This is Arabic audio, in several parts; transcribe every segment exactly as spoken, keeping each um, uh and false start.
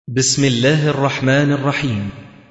بسم الله الرحمن الرحيم.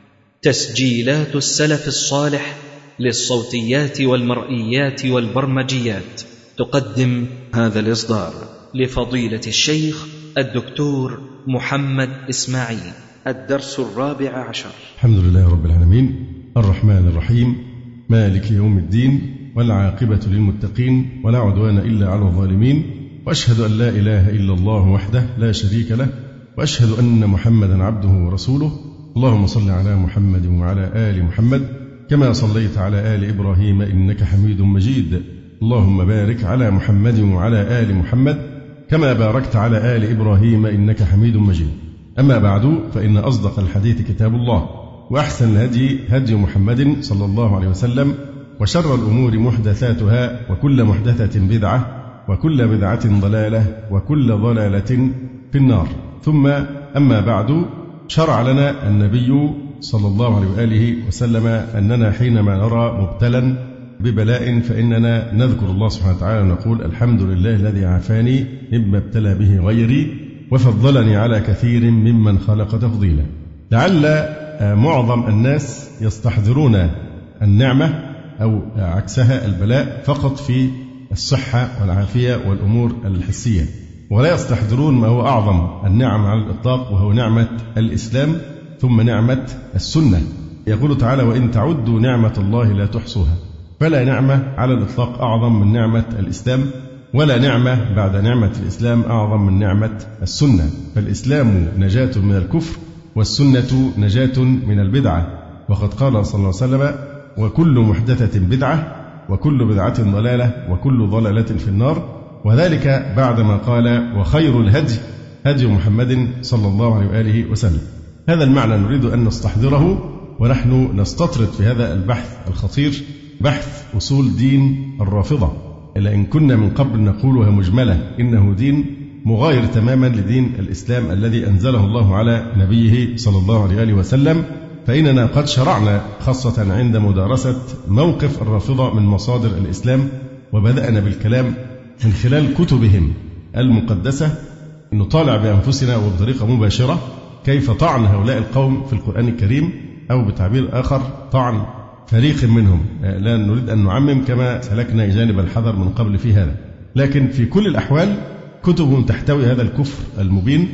تسجيلات السلف الصالح للصوتيات والمرئيات والبرمجيات تقدم هذا الإصدار لفضيلة الشيخ الدكتور محمد إسماعيل. الدرس الرابع عشر. الحمد لله رب العالمين، الرحمن الرحيم، مالك يوم الدين، والعاقبة للمتقين، ولا عدوان إلا على الظالمين، وأشهد أن لا إله إلا الله وحده لا شريك له، وأشهد أن محمدا عبده ورسوله. اللهم صل على محمد وعلى آل محمد كما صليت على آل إبراهيم إنك حميد مجيد. اللهم بارك على محمد وعلى آل محمد كما باركت على آل إبراهيم إنك حميد مجيد. أما بعد، فإن أصدق الحديث كتاب الله، وأحسن الهدي هدي محمد صلى الله عليه وسلم، وشر الأمور محدثاتها، وكل محدثة بدعة، وكل بدعة ضلالة، وكل ضلالة في النار. ثم أما بعد، شرع لنا النبي صلى الله عليه وآله وسلم أننا حينما نرى مبتلا ببلاء فإننا نذكر الله سبحانه وتعالى ونقول الحمد لله الذي عافاني مما ابتلى به غيري وفضلني على كثير ممن خلق تفضيلا. لعل معظم الناس يستحضرون النعمة أو عكسها البلاء فقط في الصحة والعافية والأمور الحسية، ولا يستحضرون ما هو أعظم النعم على الإطلاق، وهو نعمة الإسلام، ثم نعمة السنة. يقول تعالى: وإن تعدوا نعمة الله لا تحصوها. فلا نعمة على الإطلاق أعظم من نعمة الإسلام، ولا نعمة بعد نعمة الإسلام أعظم من نعمة السنة. فالإسلام نجاة من الكفر، والسنة نجاة من البدعة. وقد قال صلى الله عليه وسلم: وكل محدثة بدعة، وكل بدعة ضلالة، وكل ضلالة في النار. وذلك بعدما قال: وخير الهدي هدي محمد صلى الله عليه وآله وسلم. هذا المعنى نريد أن نستحضره ونحن نستطرد في هذا البحث الخطير، بحث أصول دين الرافضة. إلا إن كنا من قبل نقولها مجملة إنه دين مغاير تماما لدين الإسلام الذي أنزله الله على نبيه صلى الله عليه وآله وسلم، فإننا قد شرعنا خاصة عند مدارسة موقف الرافضة من مصادر الإسلام، وبدأنا بالكلام من خلال كتبهم المقدسة نطالع بأنفسنا وبطريقة مباشرة كيف طعن هؤلاء القوم في القرآن الكريم، أو بتعبير آخر طعن فريق منهم. لا نريد أن نعمم كما سلكنا جانب الحذر من قبل في هذا، لكن في كل الأحوال كتبهم تحتوي هذا الكفر المبين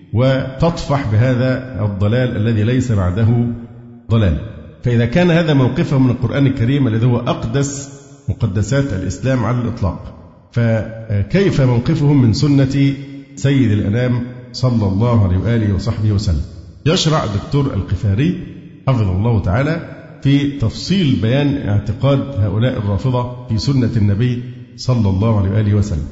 وتطفح بهذا الضلال الذي ليس بعده ضلال. فإذا كان هذا موقفهم من القرآن الكريم الذي هو أقدس مقدسات الإسلام على الإطلاق، فكيف موقفهم من سنة سيد الأنام صلى الله عليه وآله وصحبه وسلم؟ يشرع الدكتور القفاري حفظه الله تعالى في تفصيل بيان اعتقاد هؤلاء الرافضة في سنة النبي صلى الله عليه وآله وسلم.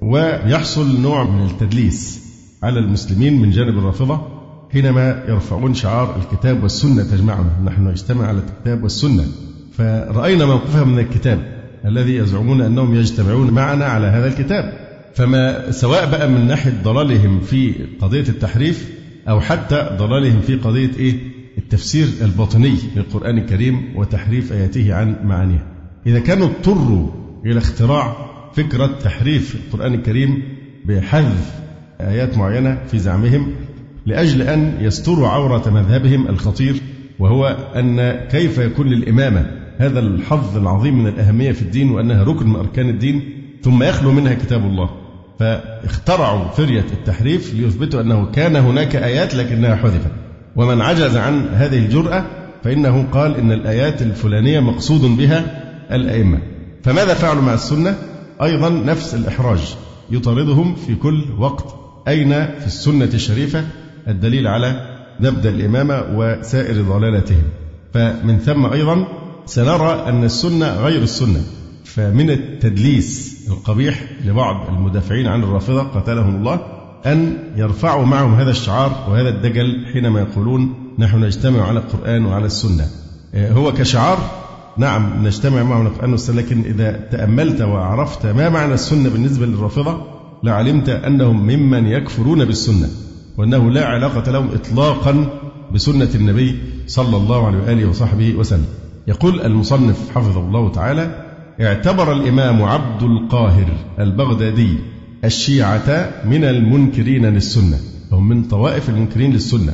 ويحصل نوع من التدليس على المسلمين من جانب الرافضة حينما يرفعون شعار الكتاب والسنة تجمعنا، نحن نجتمع على الكتاب والسنة. فرأينا موقفهم من الكتاب الذي يزعمون أنهم يجتمعون معنا على هذا الكتاب. فما سواء بقى من ناحية ضلالهم في قضية التحريف، أو حتى ضلالهم في قضية إيه؟ التفسير الباطني للقرآن الكريم وتحريف آياته عن معانيها. إذا كانوا اضطروا إلى اختراع فكرة تحريف القرآن الكريم بحذف آيات معينة في زعمهم لأجل أن يستروا عورة مذهبهم الخطير، وهو أن كيف يكون للإمامة هذا الحظ العظيم من الأهمية في الدين وأنها ركن من أركان الدين ثم يخلو منها كتاب الله. فاخترعوا فرية التحريف ليثبتوا أنه كان هناك آيات لكنها حذفت. ومن عجز عن هذه الجرأة فإنه قال إن الآيات الفلانية مقصود بها الأئمة. فماذا فعلوا مع السنة؟ أيضا نفس الإحراج يطاردهم في كل وقت. أين في السنة الشريفة الدليل على نبذ الإمامة وسائر ضلالتهم؟ فمن ثم أيضا سنرى أن السنة غير السنة. فمن التدليس القبيح لبعض المدافعين عن الرافضة قتلهم الله أن يرفعوا معهم هذا الشعار وهذا الدجل حينما يقولون نحن نجتمع على القرآن وعلى السنة. هو كشعار نعم نجتمع معهم على القرآن والسنة، لكن إذا تأملت وعرفت ما معنى السنة بالنسبة للرافضة لعلمت أنهم ممن يكفرون بالسنة، وأنه لا علاقة لهم إطلاقا بسنة النبي صلى الله عليه وآله وصحبه وسلم. يقول المصنف حفظه الله تعالى: اعتبر الإمام عبد القاهر البغدادي الشيعة من المنكرين للسنة. هم من طوائف المنكرين للسنة،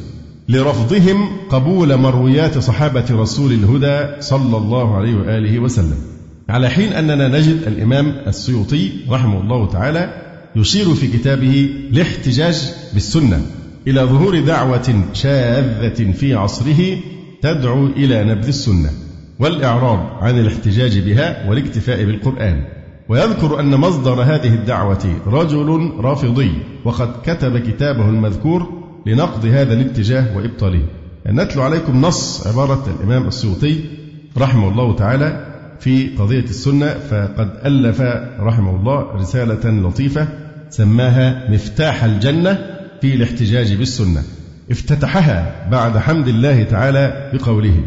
لرفضهم قبول مرويات صحابة رسول الهدى صلى الله عليه وآله وسلم، على حين أننا نجد الإمام السيوطي رحمه الله تعالى يشير في كتابه الاحتجاج بالسنة إلى ظهور دعوة شاذة في عصره تدعو إلى نبذ السنة والإعراض عن الاحتجاج بها والاكتفاء بالقرآن، ويذكر أن مصدر هذه الدعوة رجل رافضي وقد كتب كتابه المذكور لنقض هذا الاتجاه وإبطاله. نتلو عليكم نص عبارة الإمام السيوطي رحمه الله تعالى في قضية السنة، فقد ألف رحمه الله رسالة لطيفة سماها مفتاح الجنة في الاحتجاج بالسنة. افتتحها بعد حمد الله تعالى بقوله،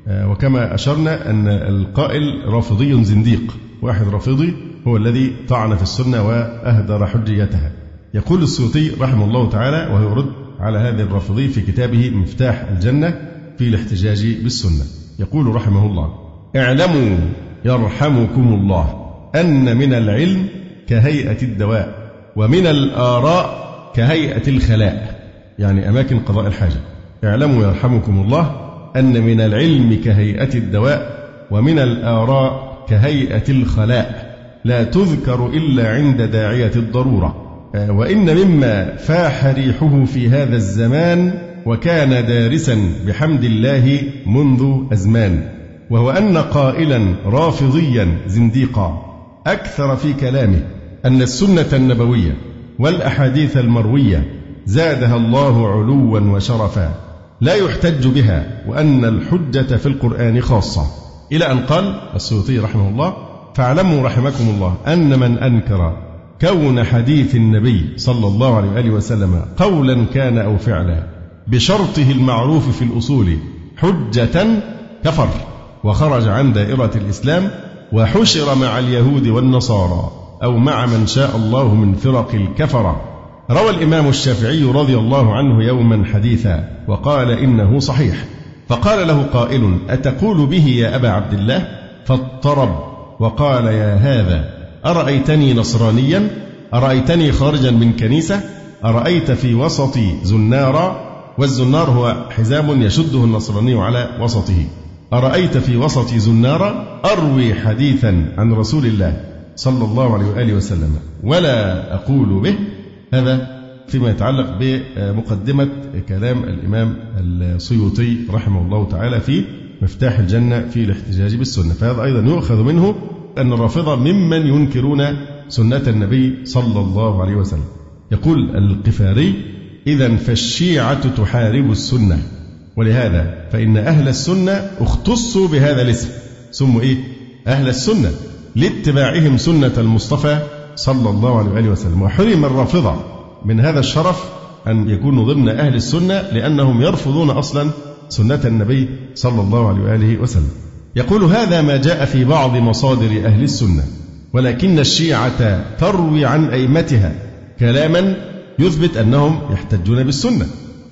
وكما أشرنا أن القائل رافضي زنديق، واحد رافضي هو الذي طعن في السنة وأهدر حجيتها. يقول السيوطي رحمه الله تعالى وهو يرد على هذا الرافضي في كتابه مفتاح الجنة في الاحتجاج بالسنة، يقول رحمه الله: اعلموا يرحمكم الله أن من العلم كهيئة الدواء، ومن الآراء كهيئة الخلاء، يعني أماكن قضاء الحاجة. اعلموا يرحمكم الله أن من العلم كهيئة الدواء، ومن الآراء كهيئة الخلاء، لا تذكر إلا عند داعية الضرورة، وإن مما فاح ريحه في هذا الزمان وكان دارسا بحمد الله منذ أزمان، وهو أن قائلا رافضيا زنديقا أكثر في كلامه أن السنة النبوية والأحاديث المروية زادها الله علوا وشرفا لا يحتج بها، وأن الحجة في القرآن خاصة، إلى أن قال السيوطي رحمه الله: فاعلموا رحمكم الله أن من أنكر كون حديث النبي صلى الله عليه وآله وسلم قولا كان أو فعلا بشرطه المعروف في الأصول حجة كفر وخرج عن دائرة الإسلام وحشر مع اليهود والنصارى أو مع من شاء الله من فرق الكفرة. روى الإمام الشافعي رضي الله عنه يوما حديثا وقال إنه صحيح، فقال له قائل: أتقول به يا أبا عبد الله؟ فاضطرب وقال: يا هذا أرأيتني نصرانيا؟ أرأيتني خارجا من كنيسة؟ أرأيت في وسطي زنارا، والزنار هو حزام يشده النصراني على وسطه، أرأيت في وسطي زنارا أروي حديثا عن رسول الله صلى الله عليه وآله وسلم ولا أقول به. هذا فيما يتعلق بمقدمة كلام الإمام السيوطي رحمه الله تعالى في مفتاح الجنة في الاحتجاج بالسنة. فهذا أيضا يؤخذ منه أن الرافضة ممن ينكرون سنة النبي صلى الله عليه وسلم. يقول القفاري: إذن فالشيعة تحارب السنة، ولهذا فإن أهل السنة اختصوا بهذا الاسم، سموا إيه؟ أهل السنة، لاتباعهم سنة المصطفى صلى الله عليه وآله وسلم. وحرم الرافضة من هذا الشرف أن يكونوا ضمن أهل السنة لأنهم يرفضون أصلا سنة النبي صلى الله عليه وآله وسلم. يقول: هذا ما جاء في بعض مصادر أهل السنة، ولكن الشيعة تروي عن أئمتها كلاما يثبت أنهم يحتجون بالسنة.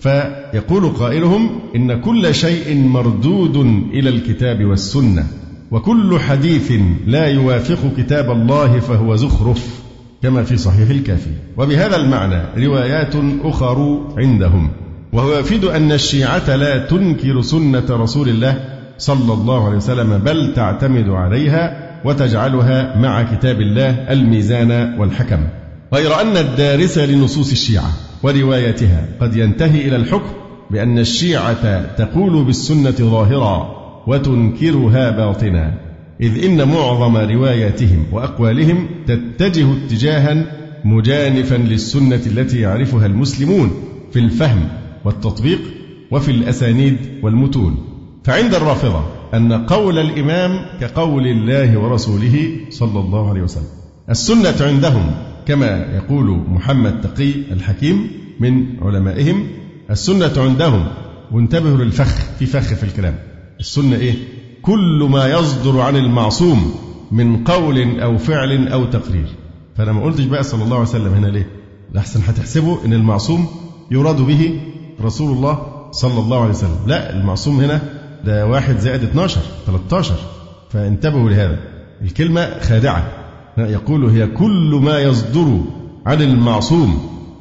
فيقول قائلهم: إن كل شيء مردود إلى الكتاب والسنة، وكل حديث لا يوافق كتاب الله فهو زخرف، كما في صحيح الكافي. وبهذا المعنى روايات أخر عندهم، وهو يفيد أن الشيعة لا تنكر سنة رسول الله صلى الله عليه وسلم، بل تعتمد عليها وتجعلها مع كتاب الله الميزان والحكم، غير أن الدارس لنصوص الشيعة وروايتها قد ينتهي إلى الحكم بأن الشيعة تقول بالسنة ظاهرا وتنكرها باطنا، إذ إن معظم رواياتهم وأقوالهم تتجه اتجاها مجانفا للسنة التي يعرفها المسلمون في الفهم والتطبيق وفي الأسانيد والمتون. فعند الرافضة أن قول الإمام كقول الله ورسوله صلى الله عليه وسلم. السنة عندهم كما يقول محمد تقي الحكيم من علمائهم، السنة عندهم، وانتبهوا للفخ، في فخ في الكلام، السنة إيه؟ كل ما يصدر عن المعصوم من قول أو فعل أو تقرير. فأنا ما قلتش بقى صلى الله عليه وسلم هنا ليه؟ لحسن هتحسبوا إن المعصوم يراد به رسول الله صلى الله عليه وسلم. لا، المعصوم هنا ده واحد زائد اثناشر ثلاثة عشر، فانتبهوا لهذا، الكلمة خادعة. يقول: هي كل ما يصدر عن المعصوم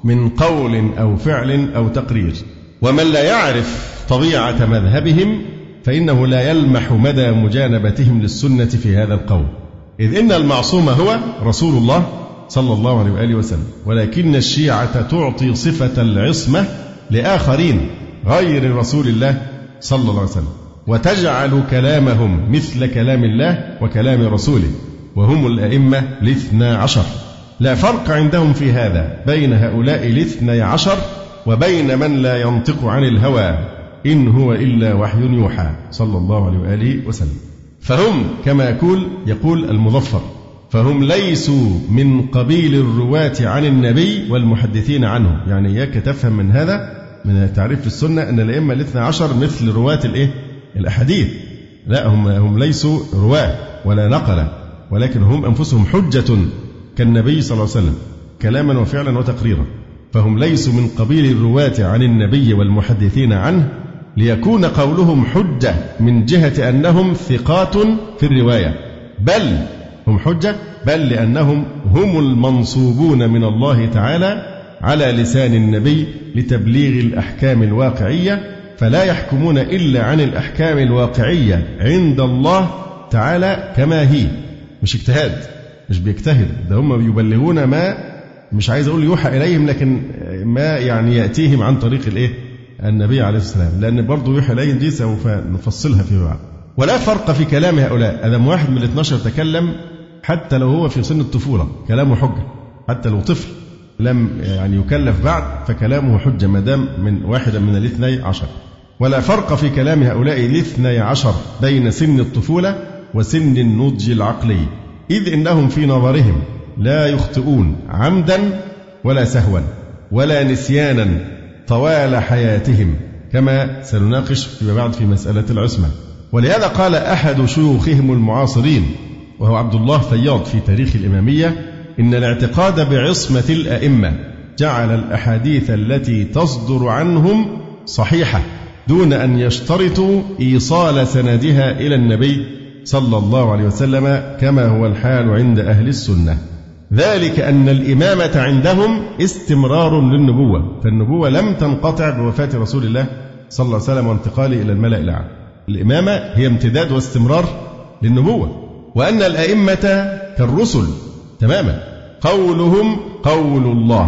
من قول أو فعل أو تقرير. ومن لا يعرف طبيعة مذهبهم فإنه لا يلمح مدى مجانبتهم للسنة في هذا القول، إذ إن المعصوم هو رسول الله صلى الله عليه وآله وسلم، ولكن الشيعة تعطي صفة العصمة لآخرين غير رسول الله صلى الله عليه وسلم، وتجعل كلامهم مثل كلام الله وكلام رسوله، وهم الأئمة الاثنى عشر. لا فرق عندهم في هذا بين هؤلاء الاثني عشر وبين من لا ينطق عن الهوى إن هو إلا وحي يوحى صلى الله عليه وآله وسلم. فهم كما يقول يقول المظفر، فهم ليسوا من قبيل الرواة عن النبي والمحدثين عنه. يعني إياك تفهم من هذا من التعريف في السنة أن الأئمة الاثنى عشر مثل رواة الإيه؟ الأحاديث. لا، هم هم ليسوا رواة ولا نقلة، ولكن هم أنفسهم حجة كالنبي صلى الله عليه وسلم كلاما وفعلا وتقريرا. فهم ليسوا من قبيل الرواة عن النبي والمحدثين عنه ليكون قولهم حجة من جهة أنهم ثقات في الرواية، بل هم حجة بل لأنهم هم المنصوبون من الله تعالى على لسان النبي لتبليغ الأحكام الواقعية، فلا يحكمون إلا عن الأحكام الواقعية عند الله تعالى كما هي، مش اجتهاد، مش بيجتهد، ده هم يبلغون ما، مش عايز أقول يوحى إليهم، لكن ما يعني يأتيهم عن طريق الإيه؟ النبي عليه الصلاة والسلام، لأن برضه يوحى إليهم دي سوف نفصلها فيما بعد. ولا فرق في كلام هؤلاء، أدم واحد من الاثناشر تكلم حتى لو هو في سن الطفولة كلامه حجة، حتى لو طفل لم يعني يكلف بعد فكلامه حجة ما دام من واحدا من الاثني عشر. ولا فرق في كلام هؤلاء الاثني عشر بين سن الطفولة وسن النضج العقلي، إذ إنهم في نظرهم لا يخطئون عمدا ولا سهوا ولا نسيانا طوال حياتهم، كما سنناقش فيما بعد في مسألة العصمة. ولهذا قال أحد شيوخهم المعاصرين وهو عبد الله فياض في تاريخ الإمامية: إن الاعتقاد بعصمة الأئمة جعل الأحاديث التي تصدر عنهم صحيحة دون أن يشترطوا إيصال سندها إلى النبي صلى الله عليه وسلم كما هو الحال عند أهل السنة. ذلك أن الإمامة عندهم استمرار للنبوة، فالنبوة لم تنقطع بوفاة رسول الله صلى الله عليه وسلم وانتقاله إلى الملأ الأعلى. الإمامة هي امتداد واستمرار للنبوة. وأن الأئمة كالرسل تماما، قولهم قول الله،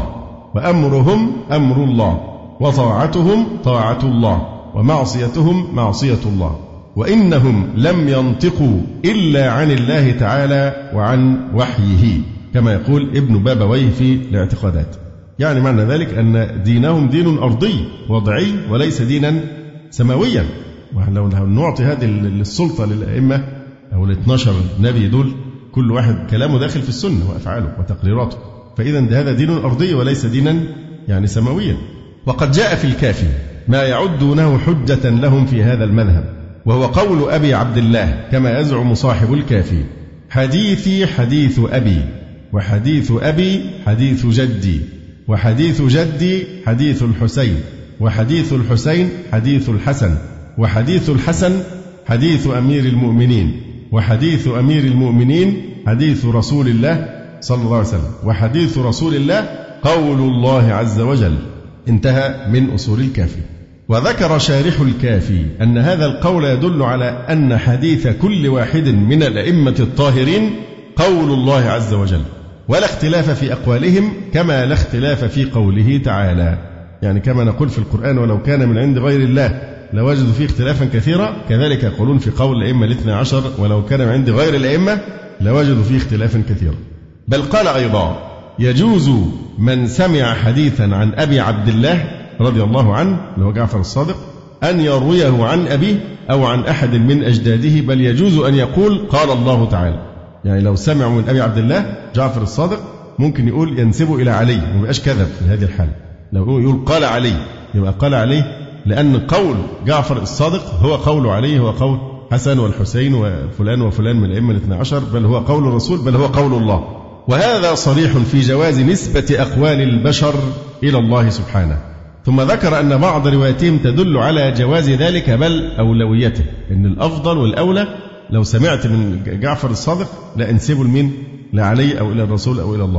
وأمرهم أمر الله، وطاعتهم طاعة الله، ومعصيتهم معصية الله، وإنهم لم ينطقوا إلا عن الله تعالى وعن وحيه، كما يقول ابن بابويه في الاعتقادات. يعني معنى ذلك أن دينهم دين أرضي وضعي وليس دينا سماويا. ولو نعطي هذه السلطة للأئمة أو الاثناشر نبي دول، كل واحد كلامه داخل في السنة وأفعاله وتقريراته، فإذا هذا دين أرضي وليس دينا يعني سماويا. وقد جاء في الكافي ما يعدونه حجة لهم في هذا المذهب، وهو قول أبي عبد الله كما يزعم صاحب الكافي: حديثي حديث أبي، وحديث أبي حديث جدي، وحديث جدي حديث الحسين، وحديث الحسين حديث الحسن، وحديث الحسن حديث أمير المؤمنين، وحديث أمير المؤمنين حديث رسول الله صلى الله عليه وسلم، وحديث رسول الله قول الله عز وجل. انتهى من أصول الكافي. وذكر شارح الكافي أن هذا القول يدل على أن حديث كل واحد من الأئمة الطاهرين قول الله عز وجل، ولا اختلاف في أقوالهم كما لا اختلاف في قوله تعالى. يعني كما نقول في القرآن: ولو كان من عند غير الله لوجدوا فيه اختلافا كثيرا، كذلك يقولون في قول الأئمة الاثنى عشر: ولو كان من عند غير الأئمة لوجدوا فيه اختلافا كثيرا. بل قال أيضا: يجوز من سمع حديثا عن أبي عبد الله رضي الله عنه اللي هو جعفر الصادق أن يرويه عن أبيه أو عن أحد من أجداده، بل يجوز أن يقول قال الله تعالى. يعني لو سمعوا من أبي عبد الله جعفر الصادق ممكن يقول ينسبه إلى علي، ما يبقاش كذب في هذه الحالة. لو يقول قال علي يبقى قال علي، لأن قول جعفر الصادق هو قول علي، هو قول حسن والحسين وفلان وفلان من الأئمة الاثنى عشر، بل هو قول الرسول، بل هو قول الله. وهذا صريح في جواز نسبة أقوال البشر إلى الله سبحانه. ثم ذكر أن بعض رواياتهم تدل على جواز ذلك بل أولويته، إن الأفضل والأولى لو سمعت من جعفر الصادق لا انسبه لمين؟ لعلي أو إلى الرسول أو إلى الله.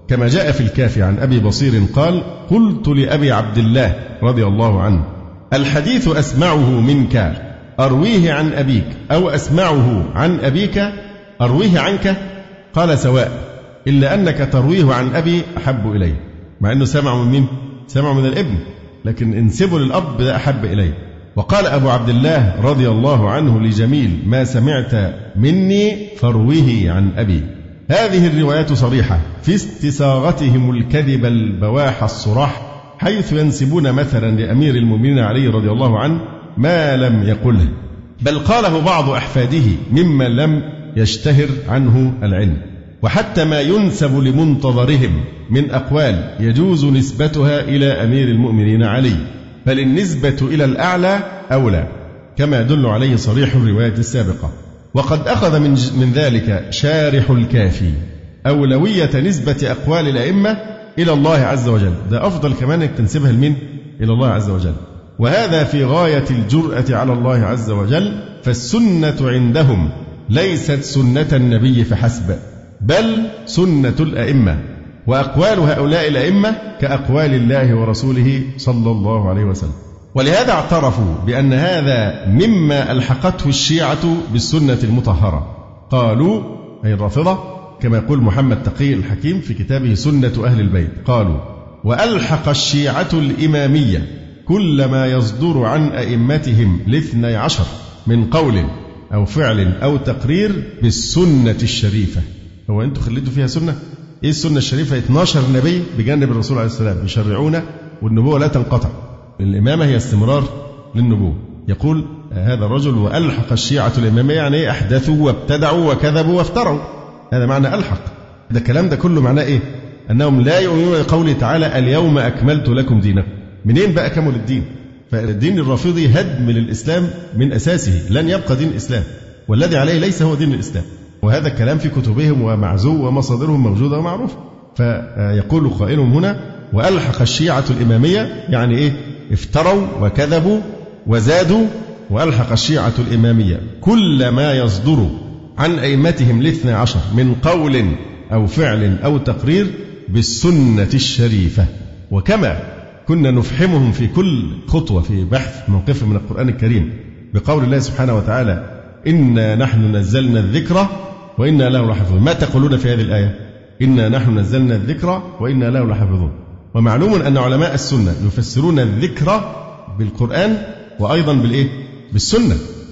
كما جاء في الكافي عن أبي بصير قال: قلت لأبي عبد الله رضي الله عنه: الحديث أسمعه منك أرويه عن أبيك أو أسمعه عن أبيك أرويه عنك؟ قال: سواء، إلا أنك ترويه عن أبي أحب إلي. مع أنه سمع من مين؟ سمع من الابن، لكن انسبه للأب ده أحب إلي. وقال أبو عبد الله رضي الله عنه لجميل: ما سمعت مني فارويه عن أبي. هذه الروايات صريحة في استساغتهم الكذب البواح الصراح، حيث ينسبون مثلا لأمير المؤمنين علي رضي الله عنه ما لم يقله، بل قاله بعض أحفاده مما لم يشتهر عنه العلم. وحتى ما ينسب لمنتظرهم من أقوال يجوز نسبتها إلى أمير المؤمنين علي، بل النسبة إلى الأعلى أولى، كما يدل عليه صريح الرواية السابقة. وقد أخذ من, من ذلك شارح الكافي أولوية نسبة أقوال الأئمة إلى الله عز وجل، ده أفضل كمان أنك تنسبها لمن؟ إلى الله عز وجل. وهذا في غاية الجرأة على الله عز وجل، فالسنة عندهم ليست سنة النبي فحسب، بل سنة الأئمة، وأقوال هؤلاء الأئمة كأقوال الله ورسوله صلى الله عليه وسلم. ولهذا اعترفوا بأن هذا مما ألحقته الشيعة بالسنة المطهرة. قالوا، أي الرافضة، كما يقول محمد تقي الحكيم في كتابه سنة أهل البيت، قالوا: وألحق الشيعة الإمامية كل ما يصدر عن أئمتهم الاثني عشر من قول أو فعل أو تقرير بالسنة الشريفة. هو أنتم خليتوا فيها سنة؟ إيه السنة الشريفة؟ اثني عشر نبي بجانب الرسول عليه السلام يشرعون، والنبوة لا تنقطع. الإمامة هي استمرار للنبوة. يقول هذا الرجل: وألحق الشيعة الإمامية، يعني أحدثوا وابتدعوا وكذبوا وافتروا. هذا معنى ألحق. ده الكلام ده كله معناه إيه؟ أنهم لا يؤمنون بقوله تعالى: اليوم أكملت لكم دينكم. منين بقى كمل الدين؟ فالدين الرافضي هدم للإسلام من أساسه، لن يبقى دين الإسلام، والذي عليه ليس هو دين الإسلام. وهذا الكلام في كتبهم ومعزو ومصادرهم موجودة ومعروفة. فيقول قائلهم هنا: وألحق الشيعة الإمامية، يعني إيه؟ افتروا وكذبوا وزادوا. وألحق الشيعة الإمامية كل ما يصدر عن أئمتهم الاثنى عشر من قول أو فعل أو تقرير بالسنة الشريفة. وكما كنا نفحمهم في كل خطوة في بحث موقف من القرآن الكريم بقول الله سبحانه وتعالى: إنا نحن نزلنا الذكر وإنا له لحافظون. ما تقولون في هذه الآية؟ إنا نحن نزلنا الذكر وإنا له لحافظون. ومعلوم أن علماء السنة يفسرون الذكر بالقرآن وأيضا بالإيه؟ بالسنة.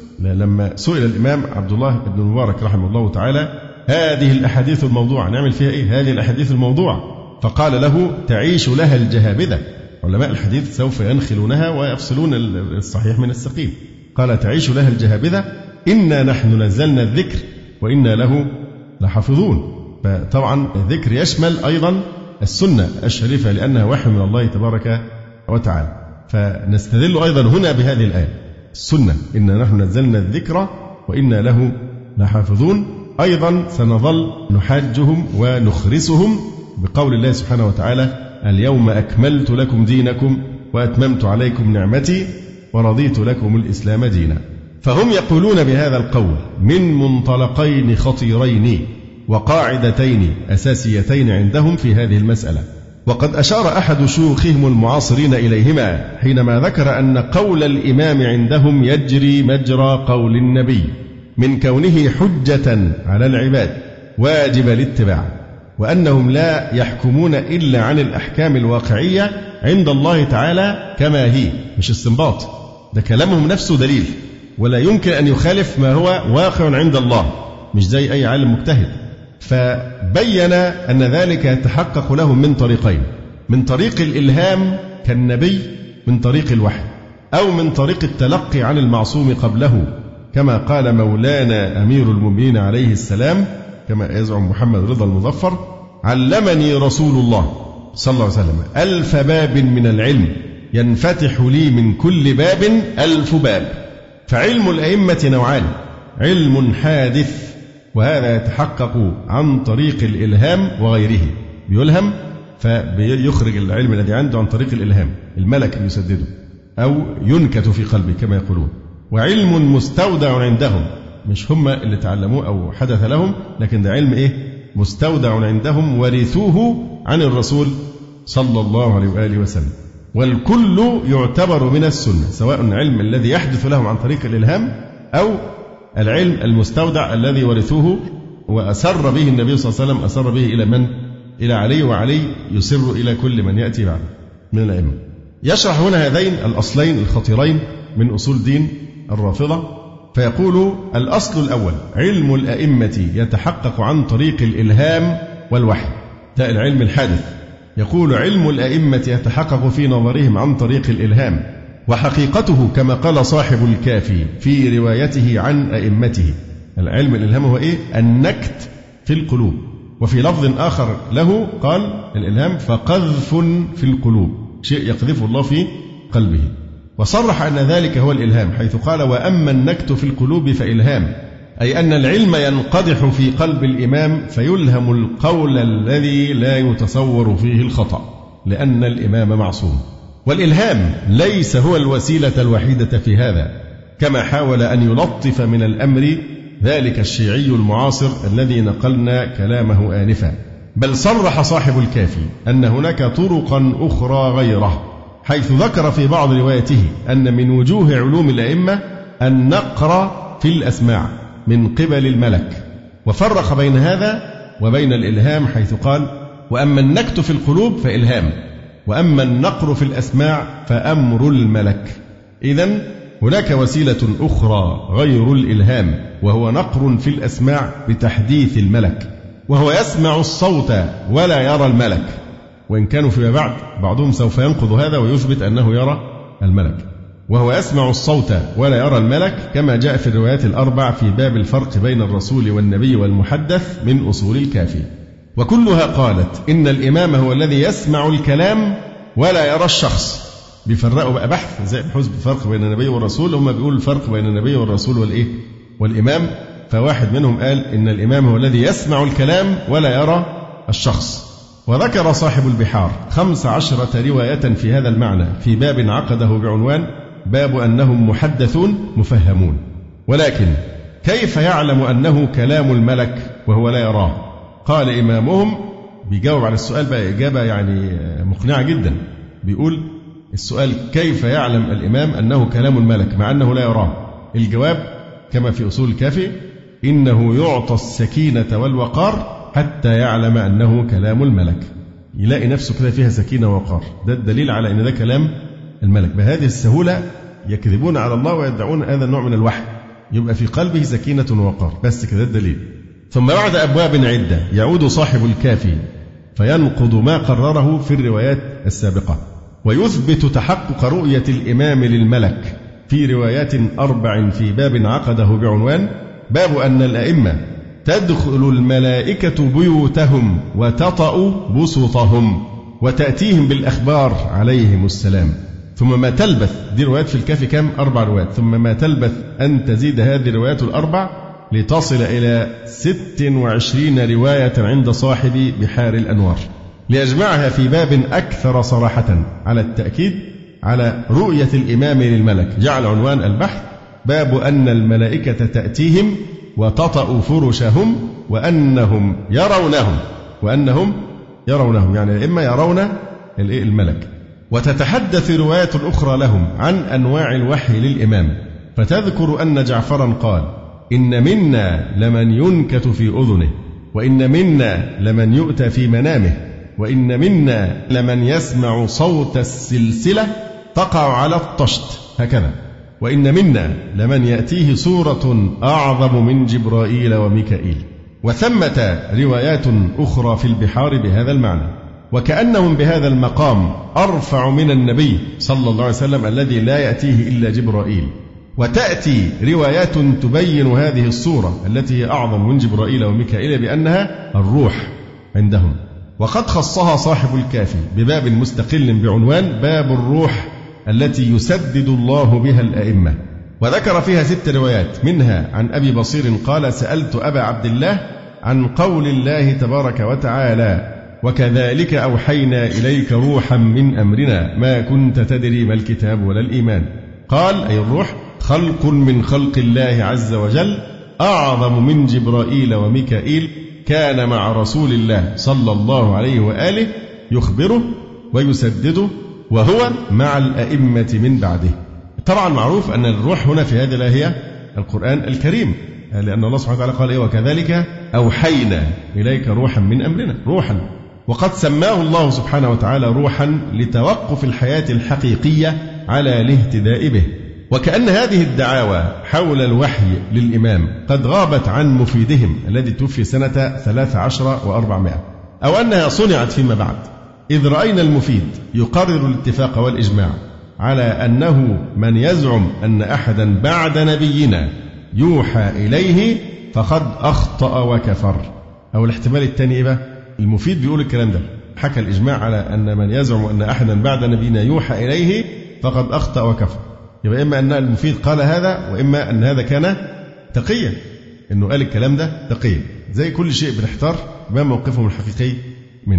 لما سئل الإمام عبد الله بن المبارك رحمه الله تعالى: هذه الأحاديث الموضوعة نعمل فيها إيه؟ هذه الأحاديث الموضوعة. فقال له: تعيش لها الجهابذة. علماء الحديث سوف ينخلونها ويفصلون الصحيح من السقيم. قال: تعيش لها الجهابذة، إنا نحن نزلنا الذكر وإنا له لحافظون. فطبعا الذكر يشمل أيضا السنة الشريفة لأنها وحي من الله تبارك وتعالى. فنستدل أيضا هنا بهذه الآية السنة: إنا نحن نزلنا الذكر وإنا له لحافظون. أيضا سنظل نحاجهم ونخرسهم بقول الله سبحانه وتعالى: اليوم أكملت لكم دينكم وأتممت عليكم نعمتي ورضيت لكم الإسلام دينا. فهم يقولون بهذا القول من منطلقين خطيرين وقاعدتين أساسيتين عندهم في هذه المسألة. وقد أشار أحد شيوخهم المعاصرين إليهما حينما ذكر أن قول الإمام عندهم يجري مجرى قول النبي، من كونه حجة على العباد واجب الاتباع، وأنهم لا يحكمون إلا عن الأحكام الواقعية عند الله تعالى كما هي، مش استنباط، ده كلامهم نفسه دليل، ولا يمكن أن يخالف ما هو واقع عند الله، مش زي أي عالم مجتهد. فبين أن ذلك يتحقق لهم من طريقين: من طريق الإلهام كالنبي، من طريق الوحي، أو من طريق التلقي عن المعصوم قبله، كما قال مولانا أمير المؤمنين عليه السلام كما يزعم محمد رضا المظفر: علمني رسول الله صلى الله عليه وسلم ألف باب من العلم ينفتح لي من كل باب ألف باب. فعلم الأئمة نوعان: علم حادث، وهذا يتحقق عن طريق الإلهام وغيره، بيلهم فبيخرج العلم الذي عنده عن طريق الإلهام، الملك يسدده أو ينكت في قلبه كما يقولون. وعلم مستودع عندهم، مش هم اللي تعلموه أو حدث لهم، لكن ده علم إيه؟ مستودع عندهم ورثوه عن الرسول صلى الله عليه وآله وسلم. والكل يعتبر من السنة، سواء العلم الذي يحدث لهم عن طريق الإلهام أو العلم المستودع الذي ورثوه وأسر به النبي صلى الله عليه وسلم، أسر به إلى من؟ إلى علي، وعلي يسر إلى كل من يأتي بعده من الأئمة. يشرح هنا هذين الأصلين الخطيرين من أصول دين الرافضة، فيقول: الأصل الأول علم الأئمة يتحقق عن طريق الإلهام والوحي، ده العلم الحادث. يقول: علم الأئمة يتحقق في نظرهم عن طريق الإلهام، وحقيقته كما قال صاحب الكافي في روايته عن أئمته. العلم الإلهام هو إيه؟ النكت في القلوب. وفي لفظ آخر له قال الإلهام فقذف في القلوب، شيء يقذف الله في قلبه. وصرح أن ذلك هو الإلهام حيث قال: وأما النكت في القلوب فإلهام، أي أن العلم ينقدح في قلب الإمام فيلهم القول الذي لا يتصور فيه الخطأ، لأن الإمام معصوم. والإلهام ليس هو الوسيلة الوحيدة في هذا، كما حاول أن يلطف من الأمر ذلك الشيعي المعاصر الذي نقلنا كلامه آنفا، بل صرح صاحب الكافي أن هناك طرقا أخرى غيره، حيث ذكر في بعض روايته أن من وجوه علوم الأئمة النقر في الأسماع من قبل الملك، وفرق بين هذا وبين الإلهام حيث قال: وأما النكت في القلوب فإلهام، وأما النقر في الأسماع فأمر الملك. إذن هناك وسيلة أخرى غير الإلهام، وهو نقر في الأسماع بتحديث الملك، وهو يسمع الصوت ولا يرى الملك، وإن كانوا فيما بعد بعضهم سوف ينقض هذا ويثبت أنه يرى الملك. وهو يسمع الصوت ولا يرى الملك، كما جاء في الروايات الأربع في باب الفرق بين الرسول والنبي والمحدث من أصول الكافي. وكلها قالت إن الإمام هو الذي يسمع الكلام ولا يرى الشخص. بيفرقوا بقى بحث زي بحث الفرق بين النبي والرسول، هم بيقولوا الفرق بين النبي والرسول والإيه والإمام، فواحد منهم قال إن الإمام هو الذي يسمع الكلام ولا يرى الشخص. وذكر صاحب البحار خمس عشرة رواية في هذا المعنى في باب عقده بعنوان باب أنهم محدثون مفهمون. ولكن كيف يعلم أنه كلام الملك وهو لا يراه؟ قال إمامهم، بيجاوب على السؤال بقى إجابة يعني مقنعة جدا، بيقول السؤال كيف يعلم الإمام أنه كلام الملك مع أنه لا يراه؟ الجواب كما في أصول الكافي: إنه يعطى السكينة والوقار حتى يعلم أنه كلام الملك. يلاقي نفسه كده فيها سكينة ووقار، ده الدليل على أن ده كلام الملك. بهذه السهولة يكذبون على الله ويدعون هذا النوع من الوحي، يبقى في قلبه سكينة ووقار، بس كده الدليل. ثم بعد أبواب عدة يعود صاحب الكافي فينقض ما قرره في الروايات السابقة، ويثبت تحقق رؤية الإمام للملك في روايات أربع في باب عقده بعنوان باب أن الأئمة تدخل الملائكة بيوتهم وتطأ بسطهم وتأتيهم بالأخبار عليهم السلام. ثم ما تلبث، دي روايات في الكافي كم؟ أربع روايات. ثم ما تلبث أن تزيد هذه الروايات الأربع لتصل إلى ست وعشرين رواية عند صاحب بحار الأنوار، ليجمعها في باب أكثر صراحة على التأكيد على رؤية الإمام للملك. جعل عنوان البحث باب أن الملائكة تأتيهم وتطأ فرشهم وأنهم يرونهم، وأنهم يرونهم يعني إما يرون الملك. وتتحدث رواية أخرى لهم عن أنواع الوحي للإمام، فتذكر أن جعفرا قال: إن منا لمن ينكت في أذنه، وإن منا لمن يؤتى في منامه، وإن منا لمن يسمع صوت السلسلة تقع على الطشت هكذا، وإن منا لمن يأتيه صورة أعظم من جبرائيل وميكائيل. وثمة روايات أخرى في البحار بهذا المعنى، وكأنهم بهذا المقام أرفع من النبي صلى الله عليه وسلم الذي لا يأتيه إلا جبرائيل. وتأتي روايات تبين هذه الصورة التي هي أعظم من جبرائيل وميكائيل بأنها الروح عندهم. وقد خصها صاحب الكافي بباب مستقل بعنوان باب الروح التي يسدد الله بها الأئمة، وذكر فيها ست روايات، منها عن أبي بصير قال: سألت أبا عبد الله عن قول الله تبارك وتعالى: وكذلك أوحينا إليك روحا من أمرنا ما كنت تدري ما الكتاب ولا الإيمان. قال أي الروح خلق من خلق الله عز وجل أعظم من جبرائيل وميكائيل، كان مع رسول الله صلى الله عليه وآله يخبره ويسدده وهو مع الأئمة من بعده. طبعا معروف أن الروح هنا في هذه الآية هي القرآن الكريم، لأن الله سبحانه وتعالى قال إيه وكذلك أوحينا إليك روحا من أمرنا، روحا، وقد سماه الله سبحانه وتعالى روحا لتوقف الحياة الحقيقية على الاهتداء به. وكأن هذه الدعاوى حول الوحي للإمام قد غابت عن مفيدهم الذي توفي سنة ثلاث عشر وأربعمائة، أو أنها صنعت فيما بعد، إذ رأينا المفيد يقرر الاتفاق والإجماع على أنه من يزعم أن أحدا بعد نبينا يوحى إليه فقد أخطأ وكفر. أو الاحتمال الثاني إيه بقى؟ المفيد بيقول الكلام ده، حكى الإجماع على أن من يزعم أن أحدا بعد نبينا يوحى إليه فقد أخطأ وكفر. يبقى إما أن المفيد قال هذا، وإما أن هذا كان تقيا، إنه قال الكلام ده تقيا. زي كل شيء بنحتار ما موقفهم الحقيقي منه.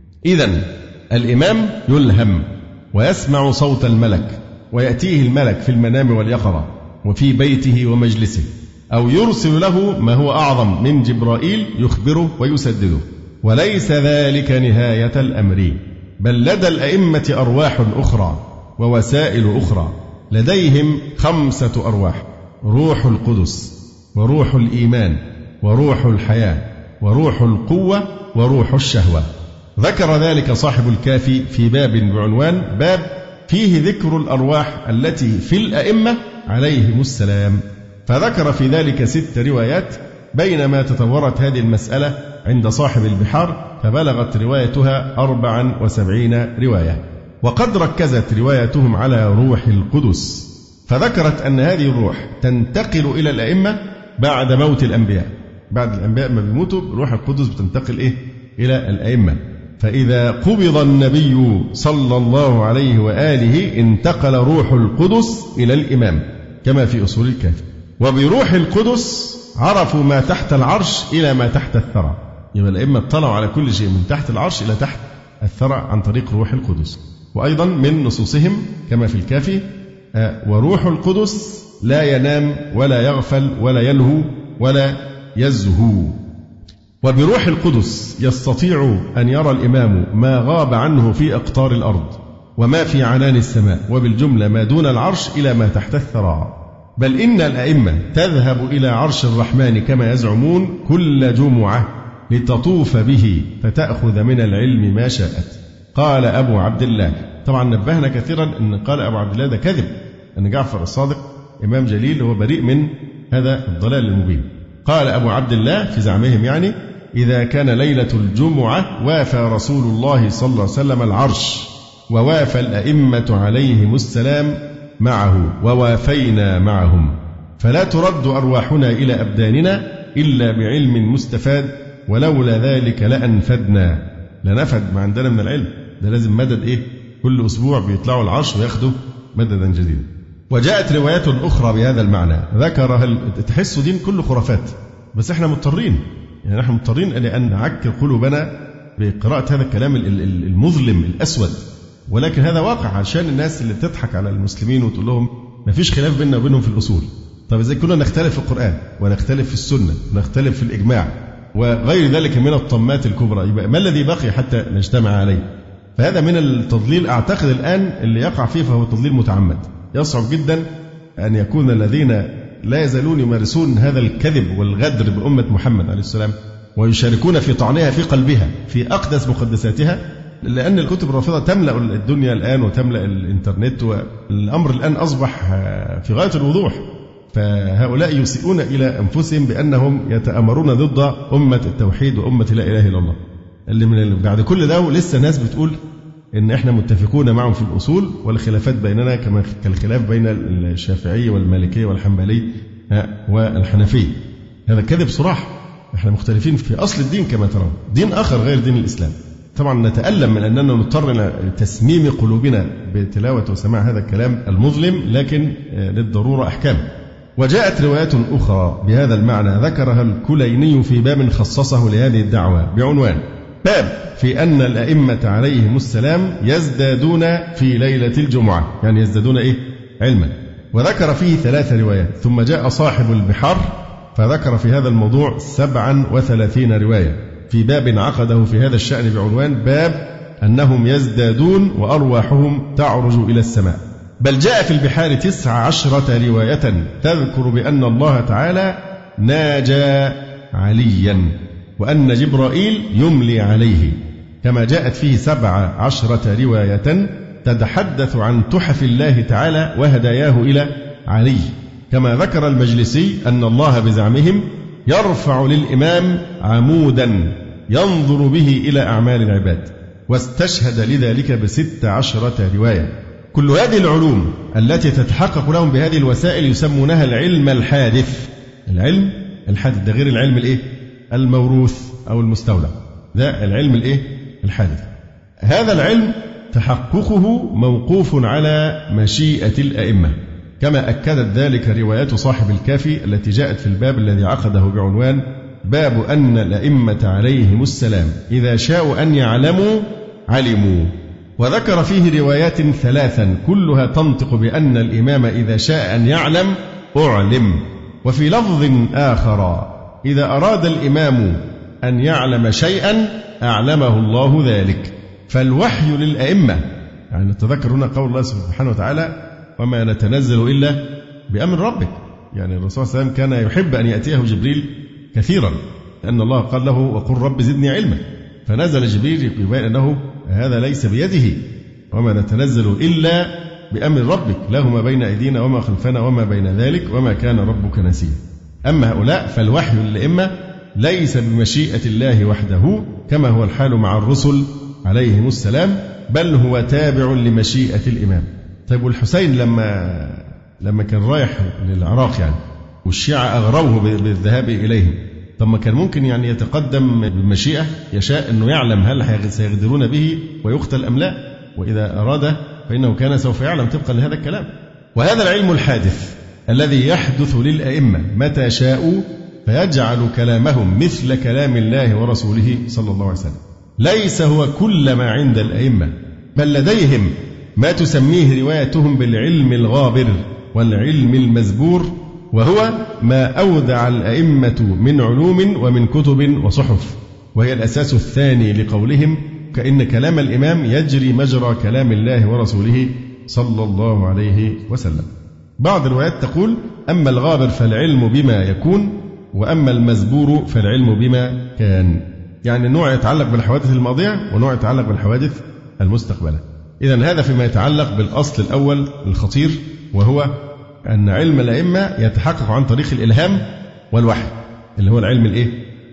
إذن الإمام يلهم ويسمع صوت الملك، ويأتيه الملك في المنام واليقظة وفي بيته ومجلسه، أو يرسل له ما هو أعظم من جبرائيل يخبره ويسدده. وليس ذلك نهاية الأمر، بل لدى الأئمة أرواح أخرى ووسائل أخرى. لديهم خمسة أرواح: روح القدس، وروح الإيمان، وروح الحياة، وروح القوة، وروح الشهوة. ذكر ذلك صاحب الكافي في باب بعنوان باب فيه ذكر الأرواح التي في الأئمة عليهم السلام، فذكر في ذلك ست روايات، بينما تطورت هذه المسألة عند صاحب البحار فبلغت روايتها أربعا وسبعين رواية. وقد ركزت روايتهم على روح القدس، فذكرت أن هذه الروح تنتقل إلى الأئمة بعد موت الأنبياء. بعد الأنبياء ما بيموتوا روح القدس بتنتقل إيه؟ إلى الأئمة. فإذا قبض النبي صلى الله عليه وآله انتقل روح القدس إلى الإمام كما في أصول الكافي. وبروح القدس عرفوا ما تحت العرش إلى ما تحت الثرى. يبقى الأئمة اطلعوا على كل شيء من تحت العرش إلى تحت الثرى عن طريق روح القدس. وأيضا من نصوصهم كما في الكافي: وروح القدس لا ينام ولا يغفل ولا يلهو ولا يزهو. وبروح القدس يستطيع أن يرى الإمام ما غاب عنه في أقطار الأرض وما في عنان السماء، وبالجملة ما دون العرش إلى ما تحت الثرى. بل إن الأئمة تذهب إلى عرش الرحمن كما يزعمون كل جمعة لتطوف به فتأخذ من العلم ما شاءت. قال أبو عبد الله. طبعا نبهنا كثيرا أن قال أبو عبد الله ده كذب، أن جعفر الصادق إمام جليل هو بريء من هذا الضلال المبين. قال أبو عبد الله في زعمهم يعني: إذا كان ليلة الجمعة وافى رسول الله صلى الله عليه وسلم العرش، ووافى الأئمة عليهم السلام معه، ووافينا معهم، فلا ترد أرواحنا إلى أبداننا إلا بعلم مستفاد، ولولا ذلك لأنفدنا. لنفد ما عندنا من العلم، ده لازم مدد إيه؟ كل أسبوع بيطلعوا العرش وياخدوا مددا جديدا. وجاءت روايات أخرى بهذا المعنى ذكرها. تحسوا دين كله خرافات، بس احنا مضطرين، يعني احنا مضطرين لأن نعكر قلوبنا بقراءة هذا الكلام المظلم الأسود. ولكن هذا واقع عشان الناس اللي بتضحك على المسلمين وتقول لهم ما فيش خلاف بيننا وبينهم في الأصول. طب إزاي كنا نختلف في القرآن ونختلف في السنة ونختلف في الإجماع وغير ذلك من الطمات الكبرى؟ يبقى ما الذي بقي حتى نجتمع عليه؟ فهذا من التضليل أعتقد الآن اللي يقع فيه فهو تضليل متعمد. يصعب جدا أن يكون الذين لا يزالون يمارسون هذا الكذب والغدر بأمة محمد عليه السلام ويشاركون في طعنها في قلبها في أقدس مقدساتها، لأن الكتب الرافضة تملأ الدنيا الآن وتملأ الإنترنت، والأمر الآن أصبح في غاية الوضوح. فهؤلاء يسيئون إلى أنفسهم بأنهم يتآمرون ضد أمة التوحيد وأمة لا إله إلا الله، اللي من بعد كل ده لسه ناس بتقول إن إحنا متفقون معهم في الأصول، والخلافات بيننا كما كالخلاف بين الشافعي والمالكي والحنبلي والحنفي. هذا كذب صراح. إحنا مختلفين في أصل الدين كما ترون، دين آخر غير دين الإسلام. طبعا نتألم من أننا نضطر إلى تسميم قلوبنا بتلاوة وسماع هذا الكلام المظلم، لكن للضرورة أحكام. وجاءت روايات أخرى بهذا المعنى ذكرها الكليني في باب خصصه لهذه الدعوة بعنوان باب في أن الأئمة عليهم السلام يزدادون في ليلة الجمعة، يعني يزدادون إيه؟ علما. وذكر فيه ثلاث روايات. ثم جاء صاحب البحار فذكر في هذا الموضوع سبعا وثلاثين رواية في باب عقده في هذا الشأن بعنوان باب أنهم يزدادون وأرواحهم تعرج إلى السماء. بل جاء في البحار تسع عشرة رواية تذكر بأن الله تعالى ناجى عليا وأن جبرائيل يملي عليه، كما جاءت فيه سبع عشرة رواية تتحدث عن تحف الله تعالى وهداياه إلى علي، كما ذكر المجلسي أن الله بزعمهم يرفع للإمام عمودا ينظر به إلى أعمال العباد، واستشهد لذلك بست عشرة رواية. كل هذه العلوم التي تتحقق لهم بهذه الوسائل يسمونها العلم الحادث. العلم الحادث ده غير العلم الإيه؟ الموروث أو المستودع، ده العلم الإيه؟ الحادث. هذا العلم تحققه موقوف على مشيئة الأئمة، كما أكدت ذلك روايات صاحب الكافي التي جاءت في الباب الذي عقده بعنوان باب أن الأئمة عليهم السلام إذا شاءوا أن يعلموا علموا، وذكر فيه روايات ثلاثا كلها تنطق بأن الإمام إذا شاء أن يعلم أعلم. وفي لفظ آخر إذا أراد الإمام أن يعلم شيئا أعلمه الله ذلك. فالوحي للأئمة، يعني تذكر هنا قول الله سبحانه وتعالى وما نتنزل إلا بأمر ربك، يعني الرسول صلى الله عليه وسلم كان يحب أن يأتيه جبريل كثيرا لأن الله قال له وقل رب زدني علما، فنزل جبريل يبين أنه هذا ليس بيده، وما نتنزل إلا بأمر ربك له ما بين أيدينا وما خلفنا وما بين ذلك وما كان ربك نسيا. أما هؤلاء فالوحي للأئمة ليس بمشيئة الله وحده كما هو الحال مع الرسل عليهم السلام، بل هو تابع لمشيئة الإمام. طيب والحسين لما لما كان رايح للعراق يعني والشيعة أغروه بالذهاب إليهم، طب ما كان ممكن يعني يتقدم بالمشيئة يشاء أنه يعلم هل سيغدرون به ويقتل أم لا، وإذا أراد فإنه كان سوف يعلم طبقا لهذا الكلام. وهذا العلم الحادث الذي يحدث للأئمة متى شاءوا فيجعل كلامهم مثل كلام الله ورسوله صلى الله عليه وسلم ليس هو كل ما عند الأئمة، بل لديهم ما تسميه روايتهم بالعلم الغابر والعلم المزبور، وهو ما أودع الأئمة من علوم ومن كتب وصحف، وهي الأساس الثاني لقولهم كأن كلام الإمام يجري مجرى كلام الله ورسوله صلى الله عليه وسلم. بعض الروايات تقول أما الغابر فالعلم بما يكون، وأما المزبور فالعلم بما كان، يعني نوع يتعلق بالحوادث الماضية ونوع يتعلق بالحوادث المستقبلة. إذن هذا فيما يتعلق بالأصل الأول الخطير، وهو أن علم الأئمة يتحقق عن طريق الإلهام والوحي اللي هو العلم الإيه؟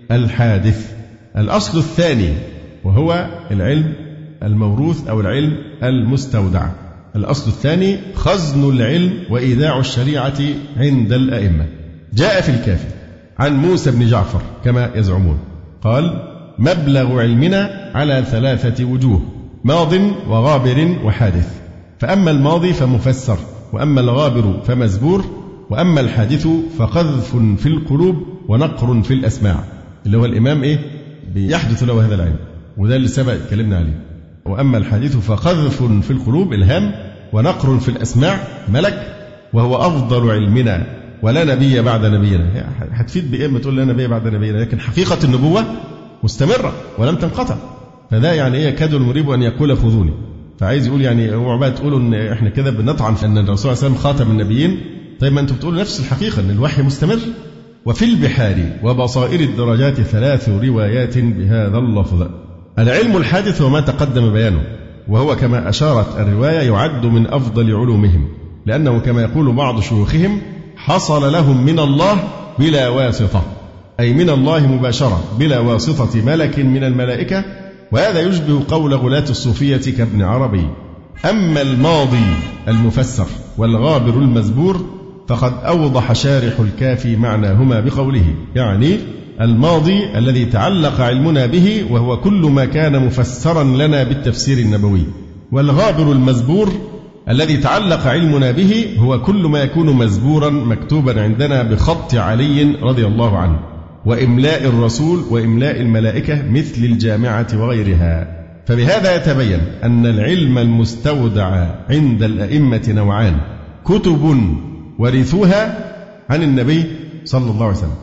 الحادث. الأصل الثاني وهو العلم الموروث أو العلم المستودع. الأصل الثاني خزن العلم وإيداع الشريعة عند الأئمة. جاء في الكافي عن موسى بن جعفر كما يزعمون قال مبلغ علمنا على ثلاثة وجوه: ماض وغابر وحادث، فأما الماضي فمفسر، وأما الغابر فمزبور، وأما الحادث فقذف في القلوب ونقر في الأسماع، اللي هو الإمام إيه بيحدث له هذا العلم، وده اللي سبق اتكلمنا عليه. وأما الحادث فقذف في القلوب إلهام، ونقر في الأسماع ملك، وهو أفضل علمنا ولا نبي بعد نبينا. هتفيد بإيه تقول لا نبي بعد نبينا، لكن حقيقة النبوة مستمرة ولم تنقطع. فده يعني إيه يكاد المريب أن يقول خذوني، فعايز يقول يعني اوعوا بقى تقولوا ان احنا كده بنطعن في ان الرسول صلى الله عليه وسلم خاتم النبيين. طيب ما انتم بتقولوا نفس الحقيقه ان الوحي مستمر. وفي البحار وبصائر الدرجات ثلاث روايات بهذا اللفظ. العلم الحادث وما تقدم بيانه، وهو كما أشارت الرواية يعد من أفضل علومهم، لأنه كما يقول بعض شيوخهم حصل لهم من الله بلا واسطة، أي من الله مباشرة بلا واسطة ملك من الملائكة، وهذا يشبه قول غلاة الصوفية كابن عربي. أما الماضي المفسر والغابر المزبور فقد أوضح شارح الكافي معناهما بقوله، يعني الماضي الذي تعلق علمنا به وهو كل ما كان مفسرا لنا بالتفسير النبوي، والغابر المزبور الذي تعلق علمنا به هو كل ما يكون مزبورا مكتوبا عندنا بخط علي رضي الله عنه، وإملاء الرسول وإملاء الملائكة مثل الجامعة وغيرها. فبهذا يتبين أن العلم المستودع عند الأئمة نوعان: كتب ورثوها عن النبي صلى الله عليه وسلم،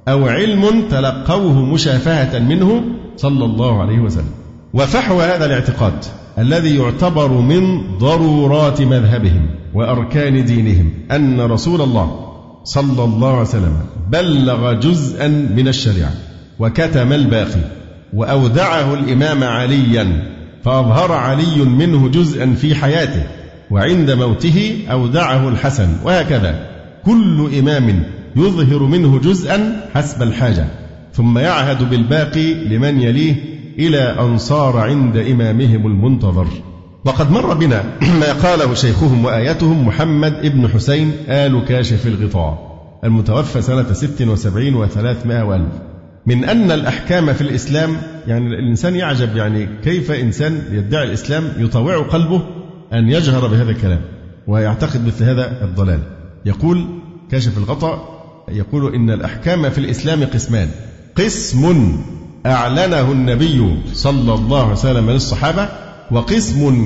أو علم تلقوه مشافهة منه صلى الله عليه وسلم. وفحوى هذا الاعتقاد الذي يعتبر من ضرورات مذهبهم وأركان دينهم أن رسول الله صلى الله عليه وسلم بلغ جزءا من الشريعة وكتم الباقي، وأودعه الإمام عليا فأظهر علي منه جزءا في حياته، وعند موته أودعه الحسن، وهكذا كل إمام يظهر منه جزءا حسب الحاجة، ثم يعهد بالباقي لمن يليه إلى أن صار عند إمامهم المنتظر. وقد مر بنا ما قاله شيخهم وآيتهم محمد ابن حسين آل كاشف الغطاء المتوفى سنة ست وسبعين وثلاثمائة وألف، من أن الأحكام في الإسلام، يعني الإنسان يعجب يعني كيف إنسان يدعي الإسلام يطوع قلبه أن يجهر بهذا الكلام ويعتقد مثل هذا الضلال. يقول كاشف الغطاء، يقول إن الأحكام في الإسلام قسمان: قسم أعلنه النبي صلى الله عليه وسلم للصحابة، وقسم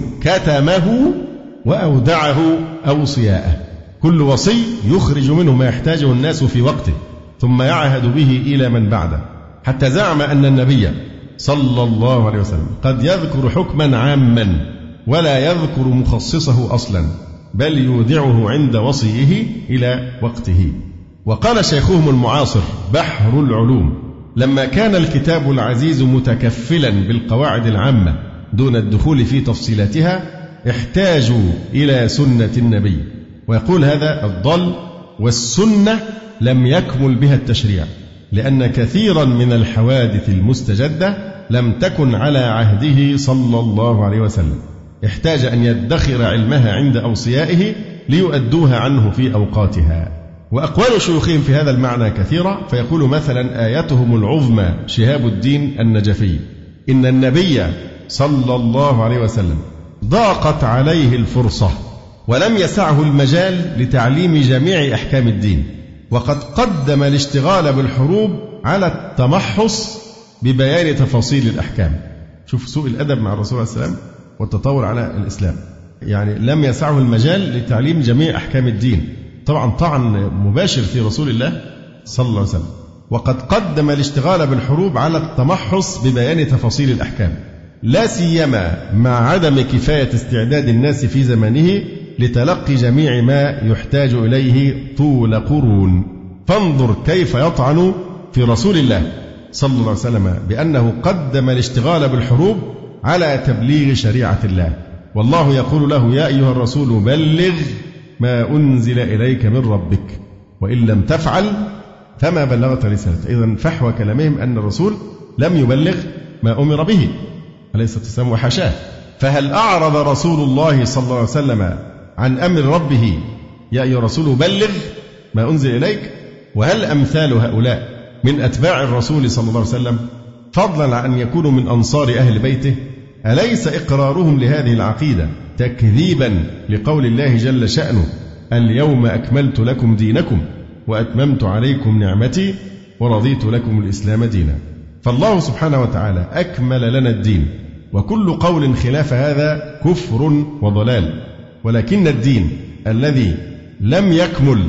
كتمه وأودعه أوصياءه، كل وصي يخرج منه ما يحتاجه الناس في وقته ثم يعهد به إلى من بعده، حتى زعم أن النبي صلى الله عليه وسلم قد يذكر حكما عاما ولا يذكر مخصصه أصلا، بل يودعه عند وصيه إلى وقته. وقال شيخهم المعاصر بحر العلوم: لما كان الكتاب العزيز متكفلا بالقواعد العامة دون الدخول في تفصيلاتها، احتاجوا إلى سنة النبي. ويقول هذا الضل: والسنة لم يكمل بها التشريع، لأن كثيرا من الحوادث المستجدة لم تكن على عهده صلى الله عليه وسلم، احتاج أن يدخر علمها عند أوصيائه ليؤدوها عنه في أوقاتها. وأقوال شيوخهم في هذا المعنى كثيرة، فيقول مثلا آيتهم العظمى شهاب الدين النجفي: إن النبي صلى الله عليه وسلم ضاقت عليه الفرصة ولم يسعه المجال لتعليم جميع أحكام الدين، وقد قدم الاشتغال بالحروب على التمحص ببيان تفاصيل الأحكام. شوف سوء الأدب مع الرسول عليه السلام والتطور على الإسلام، يعني لم يسعه المجال لتعليم جميع أحكام الدين، طبعا طعن مباشر في رسول الله صلى الله عليه وسلم. وقد قدم الاشتغال بالحروب على التمحص ببيان تفاصيل الأحكام، لا سيما مع عدم كفاية استعداد الناس في زمانه لتلقي جميع ما يحتاج إليه طول قرون. فانظر كيف يطعن في رسول الله صلى الله عليه وسلم بأنه قدم الاشتغال بالحروب على تبليغ شريعة الله، والله يقول له: يا أيها الرسول بلغ ما أنزل إليك من ربك، وإن لم تفعل فما بلغت رسالته. إذن فحوى كلامهم أن الرسول لم يبلغ ما أمر به عليه الصلاة والسلام وحاشاه. فهل أعرض رسول الله صلى الله عليه وسلم عن أمر ربه: يا أيها الرسول بلغ ما أنزل إليك؟ وهل أمثال هؤلاء من أتباع الرسول صلى الله عليه وسلم، فضلا عن أن يكونوا من أنصار أهل بيته؟ أليس إقرارهم لهذه العقيدة تكذيبا لقول الله جل شأنه: اليوم أكملت لكم دينكم وأتممت عليكم نعمتي ورضيت لكم الإسلام دينا؟ فالله سبحانه وتعالى أكمل لنا الدين، وكل قول خلاف هذا كفر وضلال. ولكن الدين الذي لم يكمل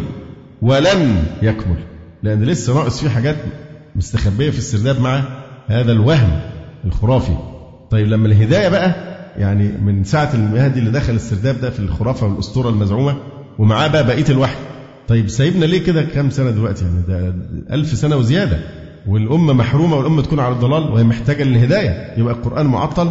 ولن يكمل، لأن لسه ناقص فيه حاجات مستخبية في السرداب مع هذا الوهم الخرافي. طيب لما الهداية بقى، يعني من ساعة المهدي اللي دخل السرداب ده في الخرافة والأسطورة المزعومة، ومعاه بقى بقية الوحي، طيب سايبنا ليه كده كام سنة دلوقتي؟ يعني ده ألف سنة وزيادة، والأمة محرومة، والأمة تكون على الضلال وهي محتاجة للهداية. يبقى القرآن معطل،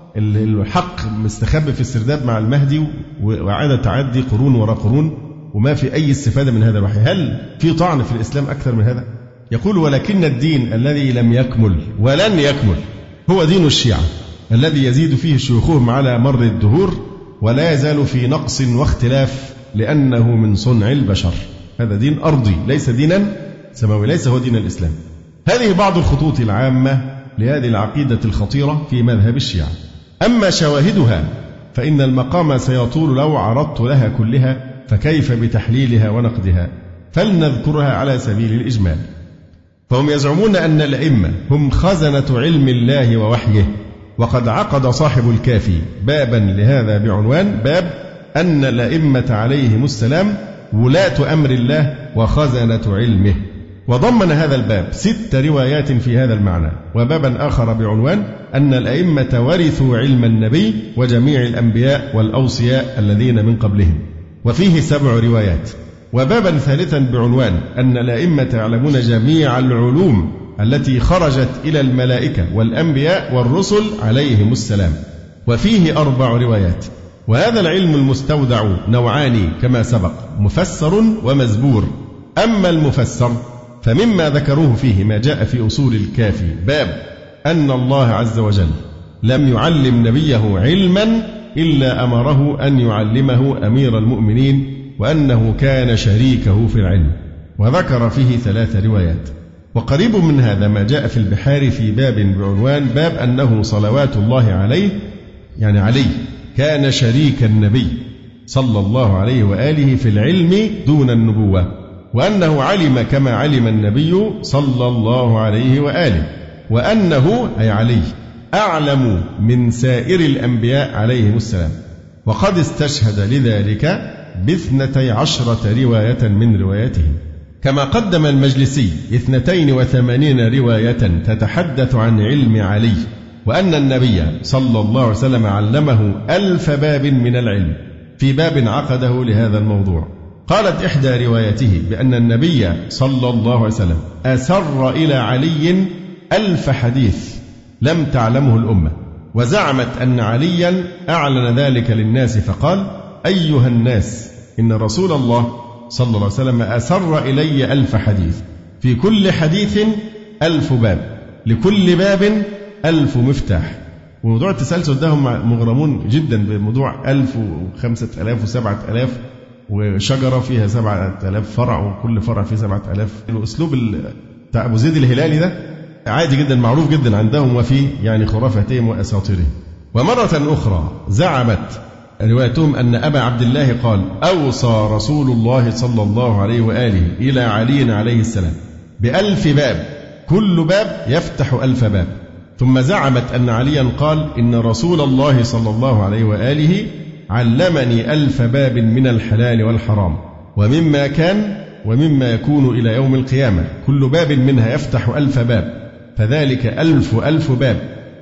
الحق مستخبي في السرداب مع المهدي، وعادة تعدي قرون وراء قرون، وما في أي استفادة من هذا الوحي. هل في طعن في الإسلام أكثر من هذا؟ يقول: ولكن الدين الذي لم يكمل ولن يكمل هو دين الشيعة، الذي يزيد فيه شيوخهم على مر الدهور ولا يزال في نقص واختلاف، لأنه من صنع البشر. هذا دين أرضي ليس دينا سماوي، ليس هو دين الإسلام. هذه بعض الخطوط العامة لهذه العقيدة الخطيرة في مذهب الشيعة. أما شواهدها فإن المقام سيطول لو عرضت لها كلها، فكيف بتحليلها ونقدها؟ فلنذكرها على سبيل الإجمال. فهم يزعمون أن الأئمة هم خزنة علم الله ووحيه، وقد عقد صاحب الكافي بابا لهذا بعنوان: باب أن الأئمة عليهم السلام ولاة أمر الله وخزنة علمه. وضمن هذا الباب ست روايات في هذا المعنى، وبابا آخر بعنوان أن الأئمة ورثوا علم النبي وجميع الأنبياء والأوصياء الذين من قبلهم، وفيه سبع روايات، وبابا ثالثا بعنوان أن الأئمة يعلمون جميع العلوم التي خرجت إلى الملائكة والأنبياء والرسل عليهم السلام، وفيه أربع روايات. وهذا العلم المستودع نوعان كما سبق، مفسر ومزبور. أما المفسر فمما ذكروه فيه ما جاء في أصول الكافي باب أن الله عز وجل لم يعلم نبيه علما إلا أمره أن يعلمه أمير المؤمنين، وأنه كان شريكه في العلم، وذكر فيه ثلاث روايات. وقريب من هذا ما جاء في البحار في باب بعنوان باب أنه صلوات الله عليه، يعني عليه كان شريك النبي صلى الله عليه وآله في العلم دون النبوة، وأنه علم كما علم النبي صلى الله عليه وآله، وأنه أي عليه أعلم من سائر الأنبياء عليهم السلام. وقد استشهد لذلك باثنتي عشرة رواية من رواياتهم، كما قدم المجلسي اثنتين وثمانين رواية تتحدث عن علم علي، وأن النبي صلى الله عليه وسلم علمه ألف باب من العلم في باب عقده لهذا الموضوع. قالت إحدى روايته بأن النبي صلى الله عليه وسلم أسر إلى علي ألف حديث لم تعلمه الأمة، وزعمت أن عليا أعلن ذلك للناس فقال: أيها الناس، إن رسول الله صلى الله عليه وسلم أسر إلي ألف حديث، في كل حديث ألف باب، لكل باب ألف مفتاح. وموضوع التسلسل ده هم مغرمون جدا بموضوع ألف وخمسة ألاف وسبعة ألاف، وشجرة فيها سبعة ألاف فرع، وكل فرع فيه سبعة ألاف. الأسلوب بتاع أبو زيد الهلالي ده عادي جدا، معروف جدا عندهم، وفي يعني خرافاتهم وأساطيرهم. ومرة أخرى زعمت روايتهم أن أبا عبد الله قال: أوصى رسول الله صلى الله عليه وآله إلى علي عليه السلام بألف باب، كل باب يفتح ألف باب. ثم زعمت أن عليا قال: إن رسول الله صلى الله عليه وآله علمني ألف باب من الحلال والحرام، ومما كان ومما يكون إلى يوم القيامة، كل باب منها يفتح ألف باب، فذلك ألف ألف باب،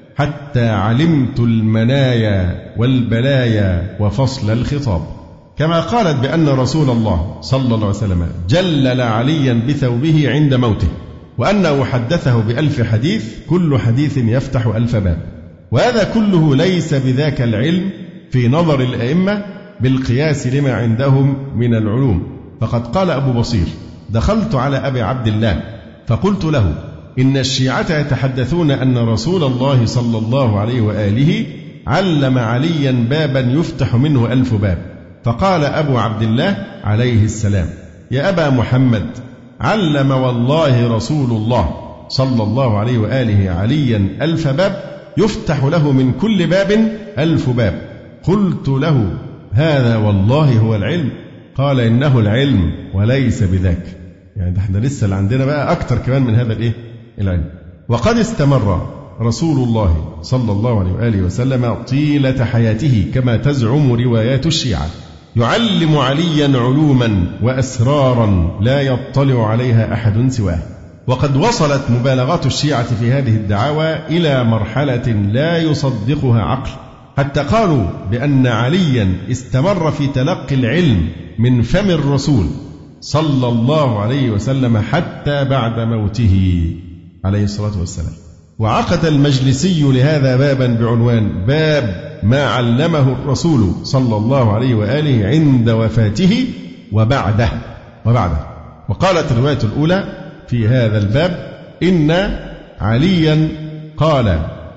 حتى علمت المنايا والبلايا وفصل الخطاب. كما قالت بأن رسول الله صلى الله عليه وسلم جلل عليا بثوبه عند موته، وأنه حدثه بألف حديث، كل حديث يفتح ألف باب. وهذا كله ليس بذاك العلم في نظر الأئمة بالقياس لما عندهم من العلوم. فقد قال أبو بصير: دخلت على أبي عبد الله فقلت له: إن الشيعة يتحدثون أن رسول الله صلى الله عليه وآله علم عليا بابا يفتح منه ألف باب. فقال أبو عبد الله عليه السلام: يا أبا محمد، علم والله رسول الله صلى الله عليه وآله عليا ألف باب يفتح له من كل باب ألف باب. قلت له: هذا والله هو العلم؟ قال: إنه العلم وليس بذاك. يعني احنا لسه اللي عندنا بقى أكتر كمان من هذا الإيه؟ العلم. وقد استمر رسول الله صلى الله عليه وآله وسلم طيلة حياته كما تزعم روايات الشيعة يعلم عليا علوما وأسرارا لا يطلع عليها أحد سواه. وقد وصلت مبالغات الشيعة في هذه الدعاوى إلى مرحلة لا يصدقها عقل، حتى قالوا بأن عليا استمر في تلقي العلم من فم الرسول صلى الله عليه وسلم حتى بعد موته عليه الصلاة والسلام. وعقد المجلسي لهذا بابا بعنوان باب ما علمه الرسول صلى الله عليه وآله عند وفاته وبعده وبعده. وقالت الرواية الأولى في هذا الباب: إن عليا قال: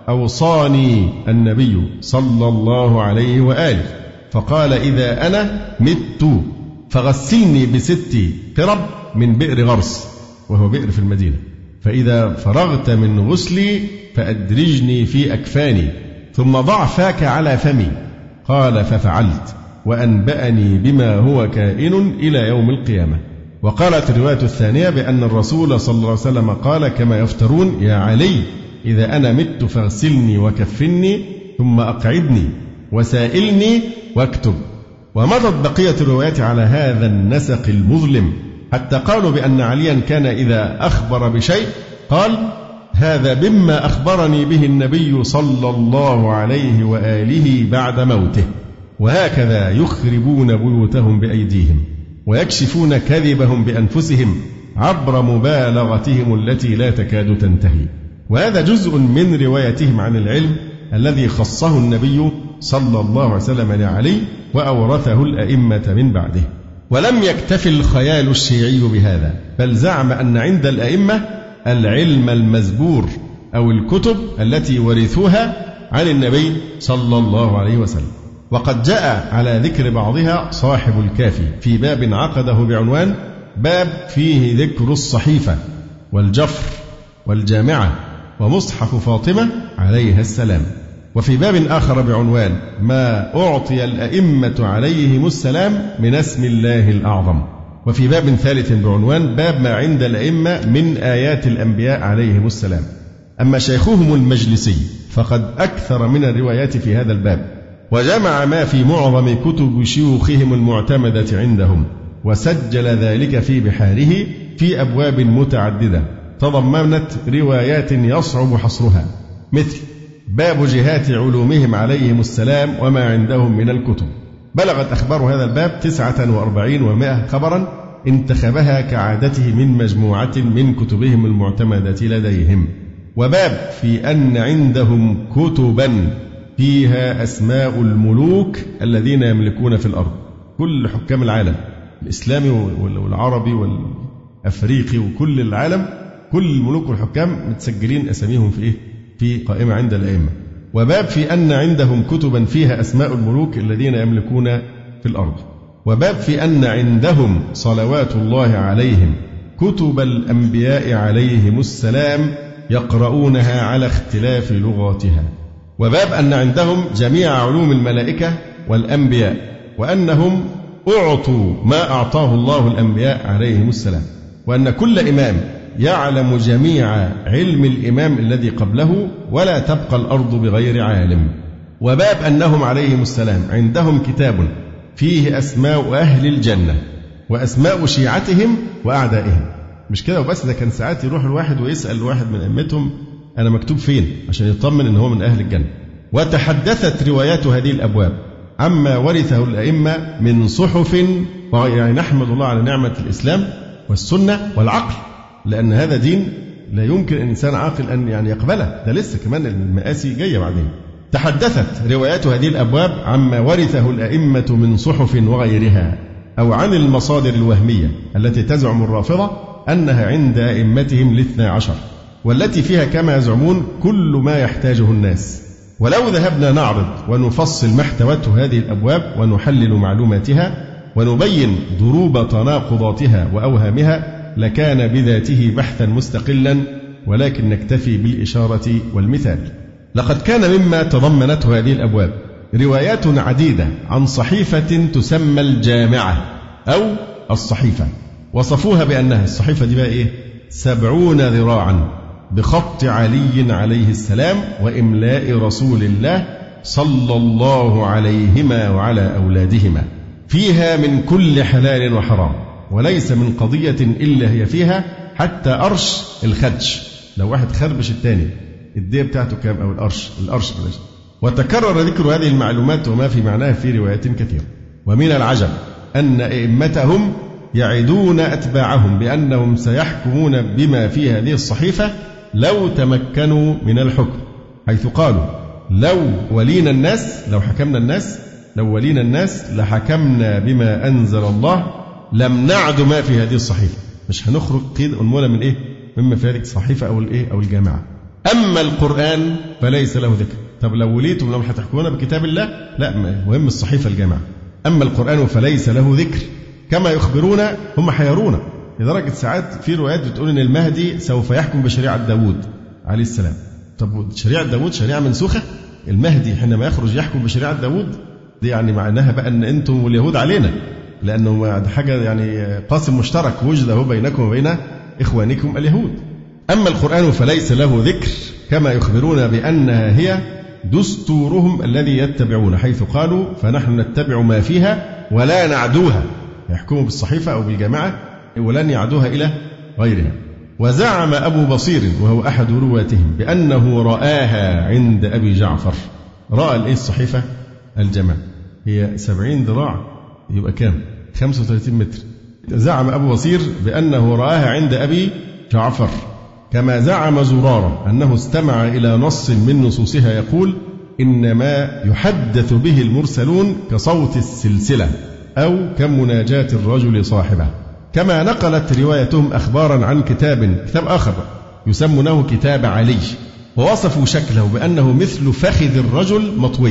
أوصاني النبي صلى الله عليه وآله فقال: إذا أنا مت فغسلني بست قرب من بئر غرس، وهو بئر في المدينة، فإذا فرغت من غسلي فأدرجني في أكفاني، ثم ضع فاك على فمي. قال: ففعلت، وأنبأني بما هو كائن إلى يوم القيامة. وقالت الرواية الثانية بأن الرسول صلى الله عليه وسلم قال كما يفترون: يا علي، إذا أنا مت فاغسلني وكفني، ثم أقعدني وسائلني واكتب. ومضت بقية الروايات على هذا النسق المظلم، حتى قالوا بأن عليا كان إذا أخبر بشيء قال: هذا مما أخبرني به النبي صلى الله عليه وآله بعد موته. وهكذا يخربون بيوتهم بأيديهم ويكشفون كذبهم بأنفسهم عبر مبالغتهم التي لا تكاد تنتهي. وهذا جزء من روايتهم عن العلم الذي خصه النبي صلى الله عليه وسلم لعلي وأورثه الأئمة من بعده. ولم يكتف الخيال الشيعي بهذا، بل زعم أن عند الأئمة العلم المزبور أو الكتب التي ورثوها عن النبي صلى الله عليه وسلم. وقد جاء على ذكر بعضها صاحب الكافي في باب عقده بعنوان: باب فيه ذكر الصحيفة والجفر والجامعة ومصحف فاطمة عليها السلام. وفي باب آخر بعنوان: ما أعطي الأئمة عليهم السلام من اسم الله الأعظم. وفي باب ثالث بعنوان: باب ما عند الأئمة من آيات الأنبياء عليهم السلام. أما شيخهم المجلسي فقد أكثر من الروايات في هذا الباب، وجمع ما في معظم كتب شيوخهم المعتمدة عندهم، وسجل ذلك في بحاره في أبواب متعددة تضمنت روايات يصعب حصرها، مثل باب جهات علومهم عليهم السلام وما عندهم من الكتب. بلغت أخبار هذا الباب تسعة وأربعين ومائة خبرا انتخبها كعادته من مجموعة من كتبهم المعتمدة لديهم. وباب في أن عندهم كتبا فيها أسماء الملوك الذين يملكون في الأرض، كل حكام العالم الإسلامي والعربي والأفريقي وكل العالم، كل الملوك والحكام متسجلين أساميهم في إيه؟ في قائمة عند الأئمة. وباب في أن عندهم كتبا فيها أسماء الملوك الذين يملكون في الأرض. وباب في أن عندهم صلوات الله عليهم كتب الأنبياء عليهم السلام يقرؤونها على اختلاف لغاتها. وباب أن عندهم جميع علوم الملائكة والأنبياء، وأنهم أعطوا ما أعطاه الله الأنبياء عليهم السلام، وأن كل إمام يعلم جميع علم الإمام الذي قبله ولا تبقى الأرض بغير عالم. وباب أنهم عليهم السلام عندهم كتاب فيه أسماء أهل الجنة وأسماء شيعتهم وأعدائهم. مش كده وبس، ده كان ساعات يروح الواحد ويسأل الواحد من أئمتهم: أنا مكتوب فين؟ عشان يطمن إن هو من أهل الجنة. وتحدثت روايات هذه الأبواب عما ورثه الأئمة من صحف، يعني نحمد الله على نعمة الإسلام والسنة والعقل، لأن هذا دين لا يمكن الإنسان عاقل أن يعني يقبله، ده لسه كمان المآسي جاية بعدين. تحدثت روايات هذه الأبواب عما ورثه الأئمة من صحف وغيرها، أو عن المصادر الوهمية التي تزعم الرافضة أنها عند أئمتهم الاثنى عشر، والتي فيها كما يزعمون كل ما يحتاجه الناس. ولو ذهبنا نعرض ونفصل ما احتوته هذه الأبواب ونحلل معلوماتها ونبين ضروب تناقضاتها وأوهامها لكان بذاته بحثا مستقلا، ولكن نكتفي بالإشارة والمثال. لقد كان مما تضمنته هذه الأبواب روايات عديدة عن صحيفة تسمى الجامعة أو الصحيفة، وصفوها بأنها الصحيفة دي بقى إيه؟ سبعون ذراعا بخط علي عليه السلام وإملاء رسول الله صلى الله عليهما وعلى أولادهما، فيها من كل حلال وحرام، وليس من قضية إلا هي فيها حتى أرش الخدش. لو واحد خربش التاني الدية بتاعته كام؟ أو الأرش الأرش بلاش. وتكرر ذكر هذه المعلومات وما في معناها في روايات كثيرة. ومن العجب أن أئمتهم يعدون أتباعهم بأنهم سيحكمون بما في هذه الصحيفة لو تمكنوا من الحكم، حيث قالوا: لو ولينا الناس، لو حكمنا الناس، لو ولينا الناس لحكمنا بما أنزل الله، لم نعد ما في هذه الصحيفة. مش هنخرج قيد أنملة من إيه؟ مما في هذه الصحيفة أو الإيه أو الجامعة. أما القرآن فليس له ذكر. طب لو وليتم لو هتحكمون بكتاب الله، لا، مهم الصحيفة الجامعة. أما القرآن فليس له ذكر كما يخبرون هم حيرون، لدرجة ساعات في روايات بتقول إن المهدي سوف يحكم بشريعة داود عليه السلام. طب شريعة داود شريعة منسوخة؟ المهدي حينما يخرج يحكم بشريعة داود دي يعني معناها بقى أن أنتم واليهود علينا، لأنه حاجة يعني قاسم مشترك وجده بينكم وبين إخوانكم اليهود. أما القرآن فليس له ذكر كما يخبرون بأنها هي دستورهم الذي يتبعون، حيث قالوا: فنحن نتبع ما فيها ولا نعدوها. يحكموا بالصحيفة أو بالجماعة ولن يعدوها إلى غيرها. وزعم أبو بصير وهو أحد رواتهم بأنه رآها عند أبي جعفر. رأى الإيه الصحيفة الجماعة هي سبعين ذراع يبقى كام؟ خمسة وثلاثين متر. زعم أبو بصير بأنه رآها عند أبي جعفر، كما زعم زرارة أنه استمع إلى نص من نصوصها يقول إنما يحدث به المرسلون كصوت السلسلة أو كمناجاة الرجل صاحبه. كما نقلت روايتهم أخبارا عن كتاب كتاب آخر يسمونه كتاب علي، ووصفوا شكله بأنه مثل فخذ الرجل مطوي،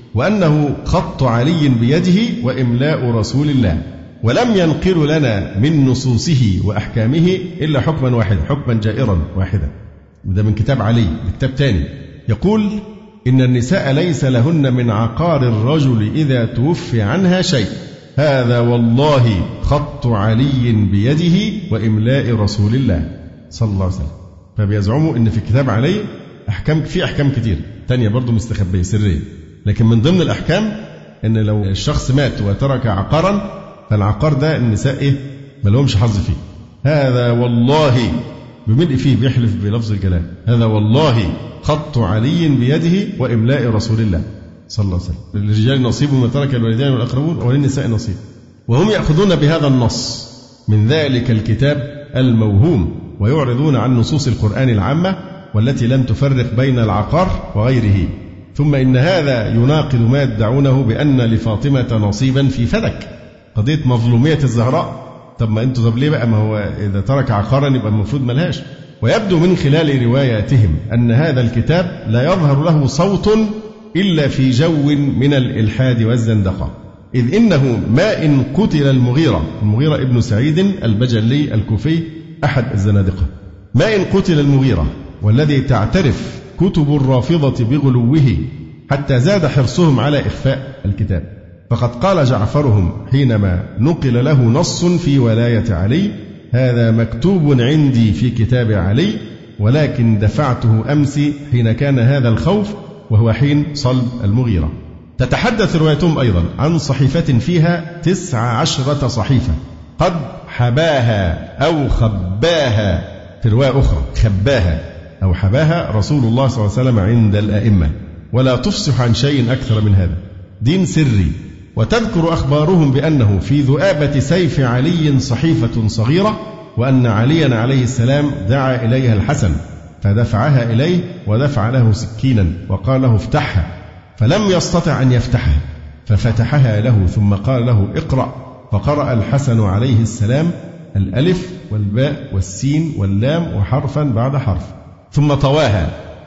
وأنه خط علي بيده وإملاء رسول الله. ولم ينقل لنا من نصوصه وأحكامه إلا حكما واحدا، حكما جائرا واحدا، وده من كتاب علي. كتاب تاني يقول إن النساء ليس لهن من عقار الرجل إذا توفي عنها شيء، هذا والله خط علي بيده وإملاء رسول الله صلى الله عليه وسلم. فبيزعموا إن في كتاب علي أحكام، في أحكام كتير تانية برضو مستخبية سرية، لكن من ضمن الأحكام إن لو الشخص مات وترك عقارا فالعقار ده النساء إيه ما لهمش حظ فيه. هذا والله بملء فيه بيحلف بلفظ الجلال، هذا والله خط علي بيده وإملاء رسول الله صلى الله عليه وسلم. للرجال نصيب مما ترك الوالدان والأقربون وللنساء نصيب. وهم يأخذون بهذا النص من ذلك الكتاب الموهوم ويعرضون عن نصوص القرآن العامة والتي لم تفرق بين العقار وغيره. ثم إن هذا يناقض ما يدعونه بأن لفاطمة نصيبا في فدك، قضية مظلومية الزهراء. طب ما أنتوا طب ليه بقى؟ ما هو إذا ترك عقارا يبقى المفروض ملهاش. ويبدو من خلال رواياتهم أن هذا الكتاب لا يظهر له صوت إلا في جو من الإلحاد والزندقة، إذ إنه ما إن قتل المغيرة المغيرة ابن سعيد البجلي الكوفي أحد الزنادقة، ما إن قتل المغيرة والذي تعترف كتب الرافضة بغلوه حتى زاد حرصهم على إخفاء الكتاب. فقد قال جعفرهم حينما نقل له نص في ولاية علي هذا مكتوب عندي في كتاب علي ولكن دفعته أمس حين كان هذا الخوف وهو حين صلب المغيرة. تتحدث روايتهم أيضا عن صحيفة فيها تسع عشرة صحيفة قد حباها أو خباها، في رواية أخرى خباها أو حباها رسول الله صلى الله عليه وسلم عند الأئمة، ولا تفصح عن شيء أكثر من هذا، دين سري. وتذكر أخبارهم بأنه في ذؤابة سيف علي صحيفة صغيرة، وأن عليا عليه السلام دعا إليها الحسن فدفعها إليه ودفع له سكينا وقال له افتحها، فلم يستطع أن يفتحها ففتحها له ثم قال له اقرأ، فقرأ الحسن عليه السلام الألف والباء والسين واللام وحرفا بعد حرف، ثم طواها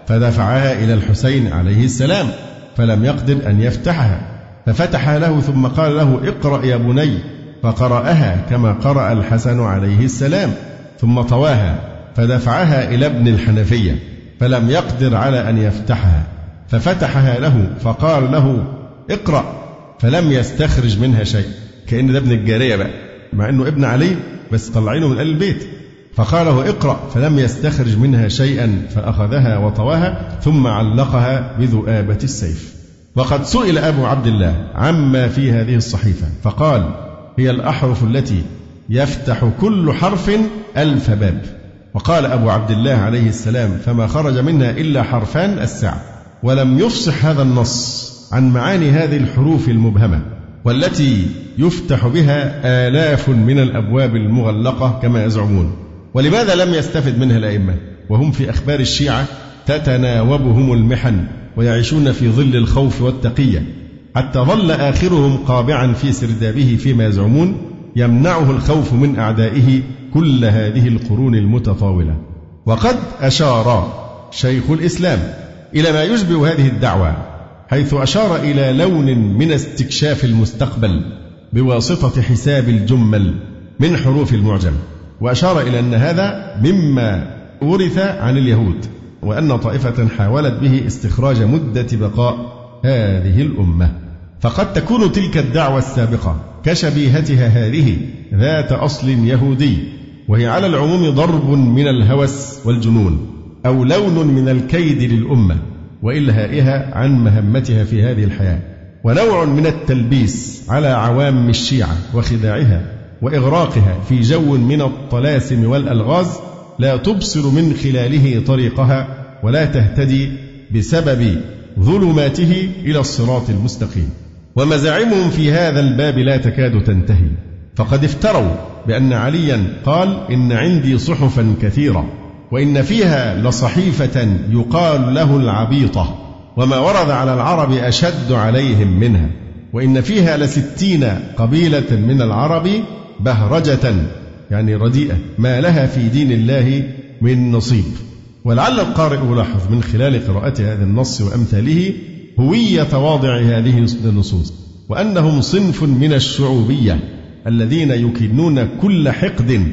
فدفعها إلى الحسين عليه السلام فلم يقدر أن يفتحها ففتحها له ثم قال له اقرأ يا بني، فقرأها كما قرأ الحسن عليه السلام، ثم طواها فدفعها إلى ابن الحنفية فلم يقدر على أن يفتحها ففتحها له فقال له اقرأ فلم يستخرج منها شيء، كأن ده ابن الجارية بقى مع أنه ابن علي بس طلعينه من آل البيت، فقال له اقرأ فلم يستخرج منها شيئا فأخذها وطواها ثم علقها بذؤابة السيف. وقد سئل أبو عبد الله عما في هذه الصحيفة فقال هي الأحرف التي يفتح كل حرف ألف باب. وقال أبو عبد الله عليه السلام فما خرج منها إلا حرفان الساعة، ولم يفصح هذا النص عن معاني هذه الحروف المبهمة والتي يفتح بها آلاف من الأبواب المغلقة كما يزعمون. ولماذا لم يستفد منها الأئمة وهم في أخبار الشيعة تتناوبهم المحن ويعيشون في ظل الخوف والتقية، حتى ظل آخرهم قابعا في سردابه فيما يزعمون يمنعه الخوف من أعدائه كل هذه القرون المتطاولة. وقد أشار شيخ الإسلام إلى ما يشبه هذه الدعوة، حيث أشار إلى لون من استكشاف المستقبل بواسطة حساب الجمل من حروف المعجم، وأشار إلى أن هذا مما ورث عن اليهود، وأن طائفة حاولت به استخراج مدة بقاء هذه الأمة. فقد تكون تلك الدعوة السابقة كشبيهتها هذه ذات أصل يهودي، وهي على العموم ضرب من الهوس والجنون أو لون من الكيد للأمة وإلهائها عن مهمتها في هذه الحياة، ونوع من التلبيس على عوام الشيعة وخداعها وإغراقها في جو من الطلاسم والألغاز لا تبصر من خلاله طريقها ولا تهتدي بسبب ظلماته إلى الصراط المستقيم. ومزاعمهم في هذا الباب لا تكاد تنتهي، فقد افتروا بأن عليا قال إن عندي صحفا كثيرة وإن فيها لصحيفة يقال له العبيطة وما ورد على العرب أشد عليهم منها، وإن فيها لستين قبيلة من العرب بهرجة يعني رديئة ما لها في دين الله من نصيب. ولعل القارئ يلاحظ من خلال قراءة هذا النص وأمثاله هوية واضع هذه النصوص، وأنهم صنف من الشعوبية الذين يكنون كل حقد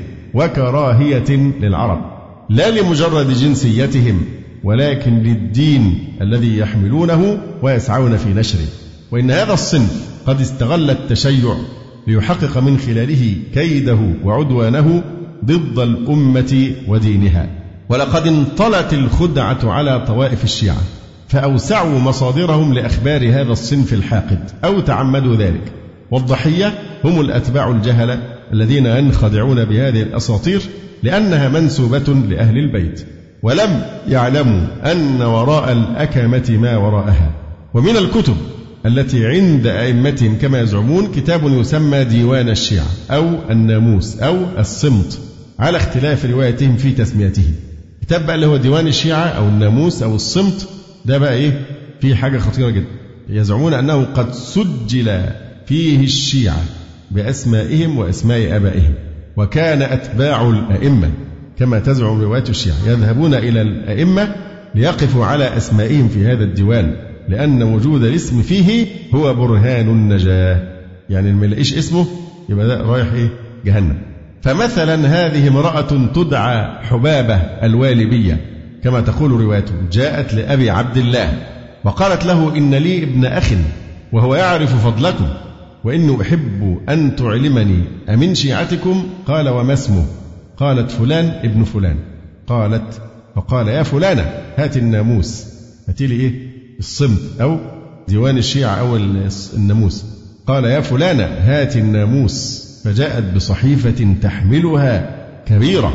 وكراهية للعرب، لا لمجرد جنسيتهم ولكن للدين الذي يحملونه ويسعون في نشره. وإن هذا الصنف قد استغل التشيع ليحقق من خلاله كيده وعدوانه ضد الأمة ودينها. ولقد انطلت الخدعة على طوائف الشيعة فأوسعوا مصادرهم لأخبار هذا الصنف الحاقد أو تعمدوا ذلك، والضحية هم الأتباع الجهلة الذين ينخدعون بهذه الأساطير لأنها منسوبة لأهل البيت، ولم يعلموا أن وراء الأكمة ما وراءها. ومن الكتب التي عند أئمتهم كما يزعمون كتاب يسمى ديوان الشيعة أو الناموس أو الصمت على اختلاف روايتهم في تسميته. كتاب بقى اللي هو ديوان الشيعة أو الناموس أو الصمت ده بقى إيه؟ فيه حاجة خطيرة جدا، يزعمون أنه قد سجل فيه الشيعة بأسمائهم وأسماء آبائهم، وكان أتباع الأئمة كما تزعم رواية الشيعة يذهبون إلى الأئمة ليقفوا على أسمائهم في هذا الديوان، لأن وجود الاسم فيه هو برهان النجاة، يعني ما يلاقيش اسمه يبقى ده رايح إيه؟ جهنم. فمثلا هذه امرأة تدعى حبابة الوالبية كما تقول روايته، جاءت لأبي عبد الله وقالت له إن لي ابن أخ وهو يعرف فضلكم وإنه أحب أن تعلمني أمن شيعتكم؟ قال وما اسمه؟ قالت فلان ابن فلان. قالت فقال يا فلانة هات الناموس، هاتي لي إيه؟ الصمت أو ديوان الشيعة أو الناموس. قال يا فلانة هات الناموس، فجاءت بصحيفة تحملها كبيرة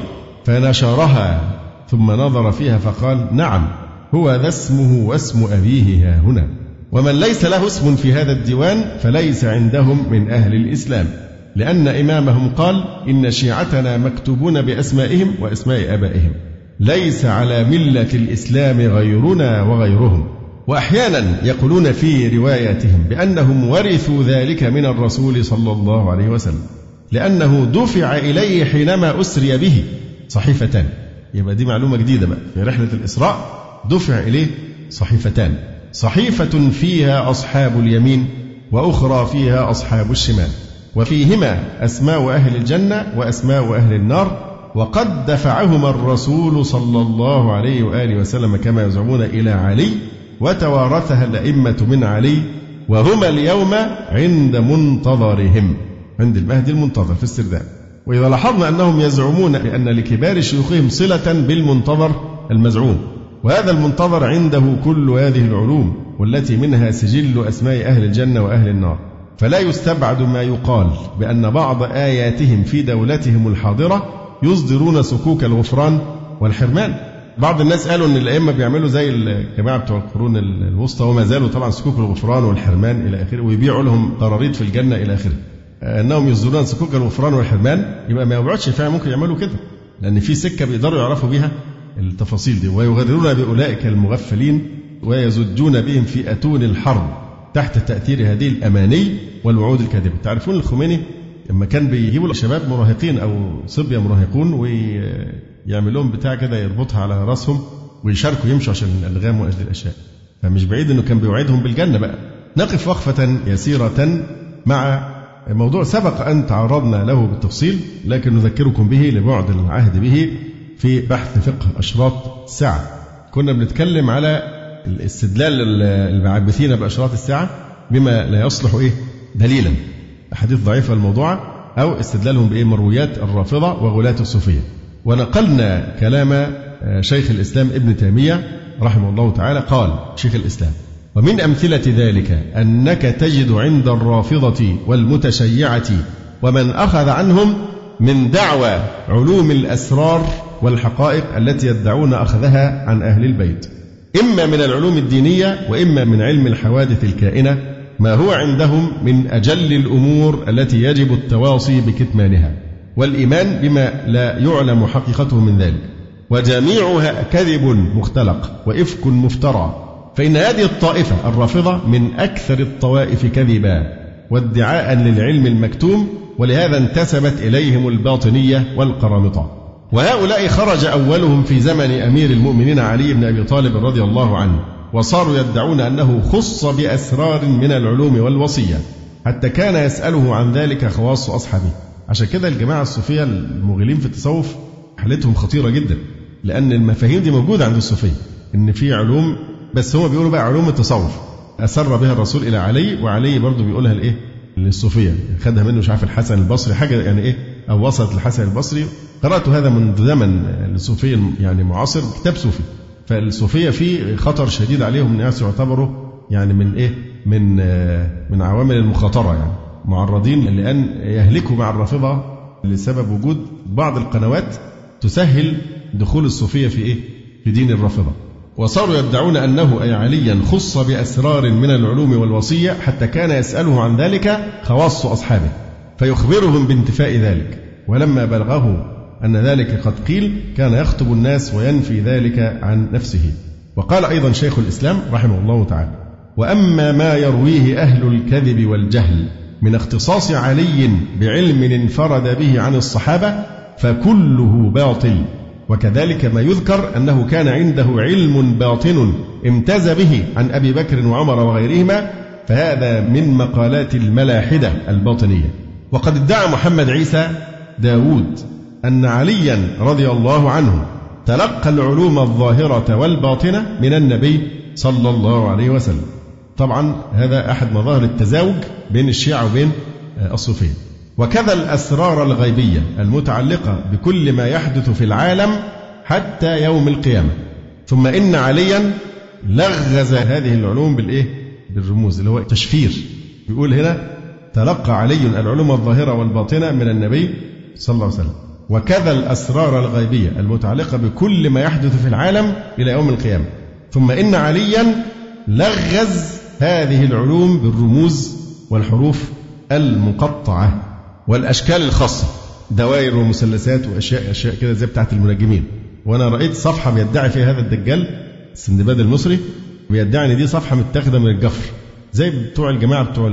فنشرها ثم نظر فيها فقال نعم هو ذا اسمه واسم أبيه ها هنا، ومن ليس له اسم في هذا الديوان فليس عندهم من أهل الإسلام، لأن إمامهم قال إن شيعتنا مكتوبون بأسمائهم وأسماء آبائهم، ليس على ملة الإسلام غيرنا وغيرهم. وأحيانا يقولون في رواياتهم بأنهم ورثوا ذلك من الرسول صلى الله عليه وسلم، لأنه دفع إليه حينما أسري به صحيفتان. يبقى دي معلومة جديدة بقى، في رحلة الإسراء دفع إليه صحيفتان، صحيفة فيها أصحاب اليمين وأخرى فيها أصحاب الشمال، وفيهما أسماء أهل الجنة وأسماء أهل النار، وقد دفعهما الرسول صلى الله عليه وآله وسلم كما يزعمون إلى علي، وتوارثها الأئمة من علي، وهما اليوم عند منتظرهم، عند المهدي المنتظر في السرداب. وإذا لاحظنا أنهم يزعمون بأن لكبار شيوخهم صلة بالمنتظر المزعوم، وهذا المنتظر عنده كل هذه العلوم والتي منها سجل أسماء أهل الجنة وأهل النار، فلا يستبعد ما يقال بأن بعض آياتهم في دولتهم الحاضرة يصدرون سكوك الغفران والحرمان. بعض الناس قالوا أن الأئمة بيعملوا زي الجماعة بتوع القرون الوسطى، وما زالوا طبعا سكوك الغفران والحرمان إلى آخره، ويبيعوا لهم قراريط في الجنة إلى آخره، أنهم يصدرون سكوك الغفران والحرمان. يبقى ما يبعدش فعلا ممكن يعملوا كده، لأن في سكة بيقدروا يعرفوا بها التفاصيل دي، ويغررون بأولئك المغفلين ويزجون بهم في أتون الحرب تحت تأثير هذه الأماني والوعود الكاذبة. تعرفون الخميني لما كان بيجيبوا شباب مراهقين أو صبية مراهقون ويعمل لهم بتاع كده يربطها على رأسهم ويشاركوا يمشوا عشان الألغام وأجل الأشياء، فمش بعيد أنه كان بيوعدهم بالجنة بقى. نقف وقفة يسيرة مع موضوع سبق أن تعرضنا له بالتفصيل، لكن نذكركم به لبعد العهد به في بحث فقه أشراط الساعة. كنا بنتكلم على الاستدلال المعبثين بأشراط الساعة بما لا يصلح إيه دليلا، أحاديث ضعيفة الموضوعة، أو استدلالهم بإيه مرويات الرافضة وغلاة الصوفية. ونقلنا كلام شيخ الإسلام ابن تيمية رحمه الله تعالى، قال شيخ الإسلام: ومن أمثلة ذلك أنك تجد عند الرافضة والمتشيعة ومن أخذ عنهم من دعوى علوم الأسرار والحقائق التي يدعون أخذها عن أهل البيت، إما من العلوم الدينية وإما من علم الحوادث الكائنة، ما هو عندهم من أجل الأمور التي يجب التواصي بكتمانها والإيمان بما لا يعلم حقيقته من ذلك، وجميعها كذب مختلق وإفك مفترى. فإن هذه الطائفة الرافضة من أكثر الطوائف كذبا وادعاء للعلم المكتوم، ولهذا انتسبت إليهم الباطنية والقرامطة. وهؤلاء خرج أولهم في زمن أمير المؤمنين علي بن أبي طالب رضي الله عنه، وصاروا يدعون أنه خص بأسرار من العلوم والوصية، حتى كان يسأله عن ذلك خواص أصحابه. عشان كده الجماعة الصوفية المغيلين في التصوف حالتهم خطيرة جدا، لأن المفاهيم دي موجودة عند الصوفية، إن في علوم، بس هم بيقولوا بقى علوم التصوف أسر بها الرسول إلى علي، وعلي برضو بيقولها الإيه للصوفية، خدها منه مش عارف الحسن البصري حاجة يعني إيه، أو وصلت الحسن البصري. قرأت هذا من زمن الصوفية يعني معاصر، كتاب صوفي. فالصوفية فيه خطر شديد عليهم، الناس يعتبروا يعني من إيه من من عوامل المخاطرة، يعني معرضين لأن يهلكوا مع الرافضة لسبب وجود بعض القنوات تسهل دخول الصوفية في إيه في دين الرافضة. وصاروا يدعون أنه أي عليا خص بأسرار من العلوم والوصية، حتى كان يسأله عن ذلك خواص أصحابه فيخبرهم بانتفاء ذلك، ولما بلغه أن ذلك قد قيل كان يخطب الناس وينفي ذلك عن نفسه. وقال أيضا شيخ الإسلام رحمه الله تعالى: وأما ما يرويه أهل الكذب والجهل من اختصاص علي بعلم انفرد به عن الصحابة فكله باطل، وكذلك ما يذكر أنه كان عنده علم باطن امتاز به عن أبي بكر وعمر وغيرهما، فهذا من مقالات الملاحدة الباطنية. وقد ادعى محمد عيسى داود أن عليا رضي الله عنه تلقى العلوم الظاهرة والباطنة من النبي صلى الله عليه وسلم. طبعا هذا أحد مظاهر التزاوج بين الشيعة وبين الصوفية. وكذا الأسرار الغيبية المتعلقة بكل ما يحدث في العالم حتى يوم القيامة. ثم إن عليا لغز هذه العلوم بالإيه؟ بالرموز، اللي هو تشفير. بيقول هنا: تلقى علي العلوم الظاهرة والباطنة من النبي صلى الله عليه وسلم. وكذا الأسرار الغيبية المتعلقة بكل ما يحدث في العالم إلى يوم القيامة. ثم إن عليا لغز هذه العلوم بالرموز والحروف المقطعة والأشكال الخاصة، دوائر ومثلثات وأشياء أشياء كده زي بتاعة المنجمين. وأنا رأيت صفحة بيدعي فيها هذا الدجال السندباد المصري، بيدعي إن دي صفحة متاخدة من الجفر، زي بتوع الجماعة بتوع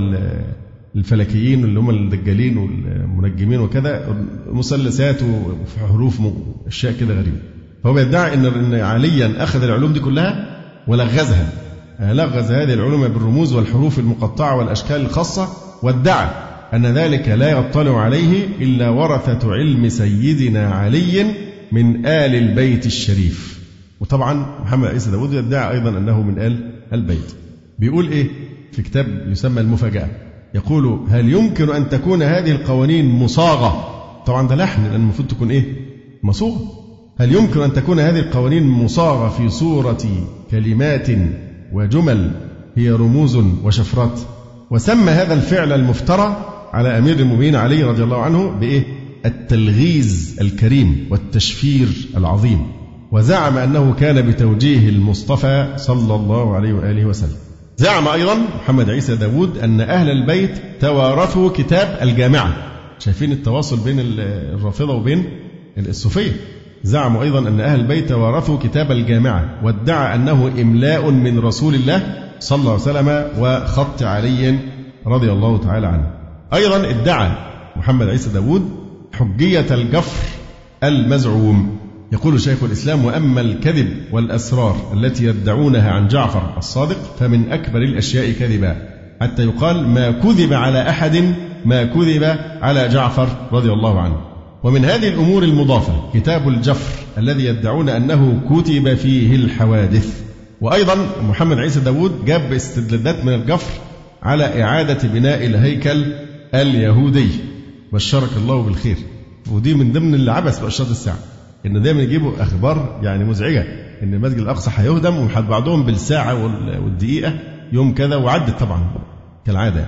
الفلكيين اللي هم الدجالين والمنجمين وكذا، مثلثات وحروف أشياء كده غريبة. فهو بيدعي إن عليا أخذ العلوم دي كلها ولغزها، لغز هذه العلوم بالرموز والحروف المقطعة والأشكال الخاصة، وادعى أن ذلك لا يطلع عليه إلا ورثة علم سيدنا علي من آل البيت الشريف. وطبعا محمد عيسى داود يدعي أيضا أنه من آل البيت. بيقول إيه في كتاب يسمى المفاجأة؟ يقول: هل يمكن أن تكون هذه القوانين مصاغة؟ طبعا ده لحن، لأن المفروض تكون إيه مصوغة. هل يمكن أن تكون هذه القوانين مصاغة في صورة كلمات وجمل هي رموز وشفرات؟ وسمى هذا الفعل المفترى على أمير المؤمنين علي رضي الله عنه بإيه؟ التلغيز الكريم والتشفير العظيم. وزعم أنه كان بتوجيه المصطفى صلى الله عليه وآله وسلم. زعم أيضا محمد عيسى داود أن أهل البيت توارثوا كتاب الجامعة. شايفين التواصل بين الرافضة وبين الصوفية. زعموا أيضا أن أهل البيت توارثوا كتاب الجامعة، وادعى أنه إملاء من رسول الله صلى الله عليه وسلم وخط علي رضي الله تعالى عنه. أيضا ادعى محمد عيسى داود حجية الجفر المزعوم. يقول شيخ الإسلام: وأما الكذب والأسرار التي يدعونها عن جعفر الصادق فمن أكبر الأشياء كذبا، حتى يقال ما كذب على أحد ما كذب على جعفر رضي الله عنه. ومن هذه الأمور المضافة كتاب الجفر الذي يدعون أنه كتب فيه الحوادث. وأيضا محمد عيسى داود جاب استدلالات من الجفر على إعادة بناء الهيكل اليهودي، بشرك الله بالخير. ودي من ضمن اللي عبث بأشراط الساعة، إن دايما يجيبوا أخبار يعني مزعجة إن المسجد الأقصى هيهدم، وحد بعضهم بالساعة والدقيقة يوم كذا، وعدت طبعا كالعادة.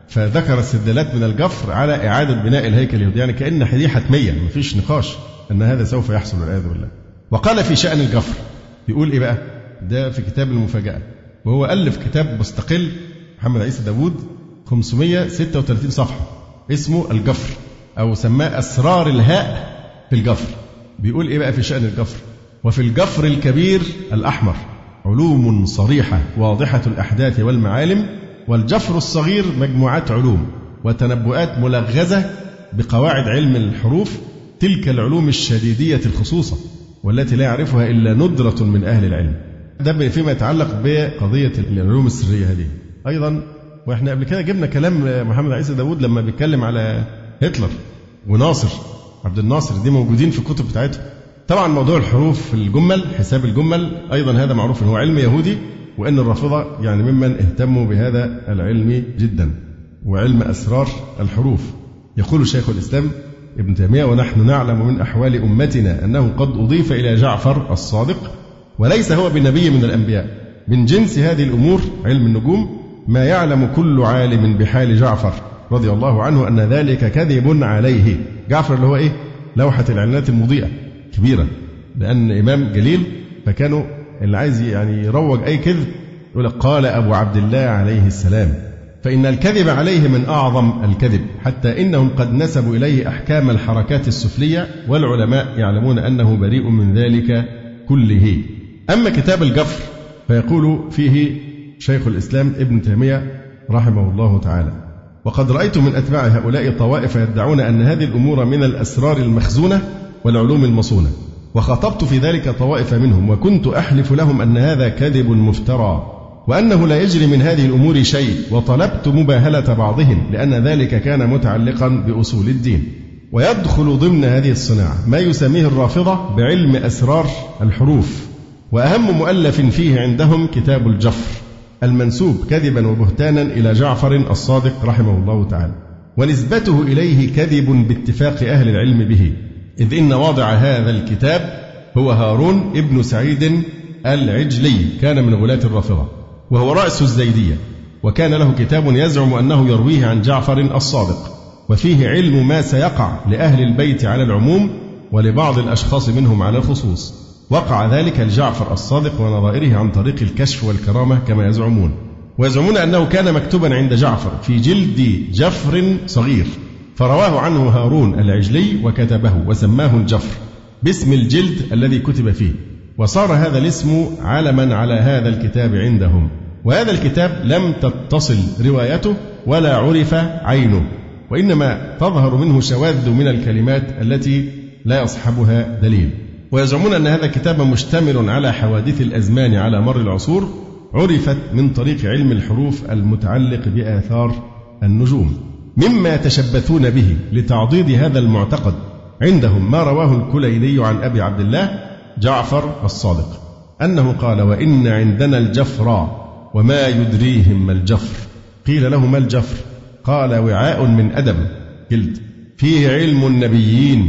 فذكر استدلالات من الجفر على إعادة بناء الهيكل اليهودي، يعني كأن دي حتمية مفيش نقاش أن هذا سوف يحصل والعياذ بالله. وقال في شأن الجفر بيقول إيه بقى؟ ده في كتاب المفاجأة، وهو ألف كتاب مستقل محمد عيسى داوود خمسمائة وستة وثلاثين صفحة اسمه الجفر، أو سماه أسرار الهاء في الجفر. بيقول إيه بقى في شأن الجفر؟ وفي الجفر الكبير الأحمر علوم صريحة واضحة الأحداث والمعالم، والجفر الصغير مجموعات علوم وتنبؤات ملغزة بقواعد علم الحروف، تلك العلوم الشديدية الخصوصة والتي لا يعرفها إلا ندرة من أهل العلم. ده فيما يتعلق بقضية العلوم السرية هذه. أيضا وإحنا قبل كده جبنا كلام محمد عيسى داوود لما بيتكلم على هتلر وناصر عبد الناصر، دي موجودين في الكتب بتاعتهم. طبعا موضوع الحروف في الجمل، حساب الجمل، أيضا هذا معروف أنه علم يهودي، وأن الرافضة يعني ممن اهتموا بهذا العلم جدا، وعلم أسرار الحروف. يقول شيخ الإسلام ابن تيمية: ونحن نعلم من أحوال أمتنا أنه قد أضيف إلى جعفر الصادق وليس هو بنبي من الأنبياء من جنس هذه الأمور علم النجوم ما يعلم كل عالم بحال جعفر رضي الله عنه أن ذلك كذب عليه. جعفر اللي هو إيه؟ لوحة الإعلانات المضيئة كبيرة، لأن إمام جليل، فكانوا اللي عايز يعني يروج أي كذب يقول قال أبو عبد الله عليه السلام، فإن الكذب عليه من أعظم الكذب، حتى إنهم قد نسبوا إليه أحكام الحركات السفلية، والعلماء يعلمون أنه بريء من ذلك كله. أما كتاب الجفر فيقول فيه شيخ الإسلام ابن تيمية رحمه الله تعالى: وقد رأيت من أتباع هؤلاء طوائف يدعون أن هذه الأمور من الأسرار المخزونة والعلوم المصونة، وخطبت في ذلك طوائف منهم، وكنت أحلف لهم أن هذا كذب مفترى، وأنه لا يجري من هذه الأمور شيء، وطلبت مباهلة بعضهم لأن ذلك كان متعلقا بأصول الدين. ويدخل ضمن هذه الصناعة ما يسميه الرافضة بعلم أسرار الحروف، وأهم مؤلف فيه عندهم كتاب الجفر المنسوب كذبا وبهتانا إلى جعفر الصادق رحمه الله تعالى، ونسبته إليه كذب باتفاق أهل العلم به، إذ إن واضع هذا الكتاب هو هارون ابن سعيد العجلي، كان من غلاة الرافضة وهو رأس الزيدية، وكان له كتاب يزعم أنه يرويه عن جعفر الصادق، وفيه علم ما سيقع لأهل البيت على العموم ولبعض الأشخاص منهم على الخصوص. وقع ذلك لجعفر الصادق ونظائره عن طريق الكشف والكرامة كما يزعمون، ويزعمون أنه كان مكتوبا عند جعفر في جلد جفر صغير، فرواه عنه هارون العجلي وكتبه وسماه الجفر باسم الجلد الذي كتب فيه، وصار هذا الاسم علما على هذا الكتاب عندهم. وهذا الكتاب لم تتصل روايته ولا عرف عينه، وإنما تظهر منه شواذ من الكلمات التي لا يصحبها دليل. ويزعمون أن هذا الكتاب مشتمل على حوادث الأزمان على مر العصور عرفت من طريق علم الحروف المتعلق بآثار النجوم، مما يتشبثون به لتعضيد هذا المعتقد عندهم ما رواه الكليني عن أبي عبد الله جعفر الصادق أنه قال: وإن عندنا الجفر وما يدريهم ما الجفر. قيل له: ما الجفر؟ قال: وعاء من أدم جلد فيه علم النبيين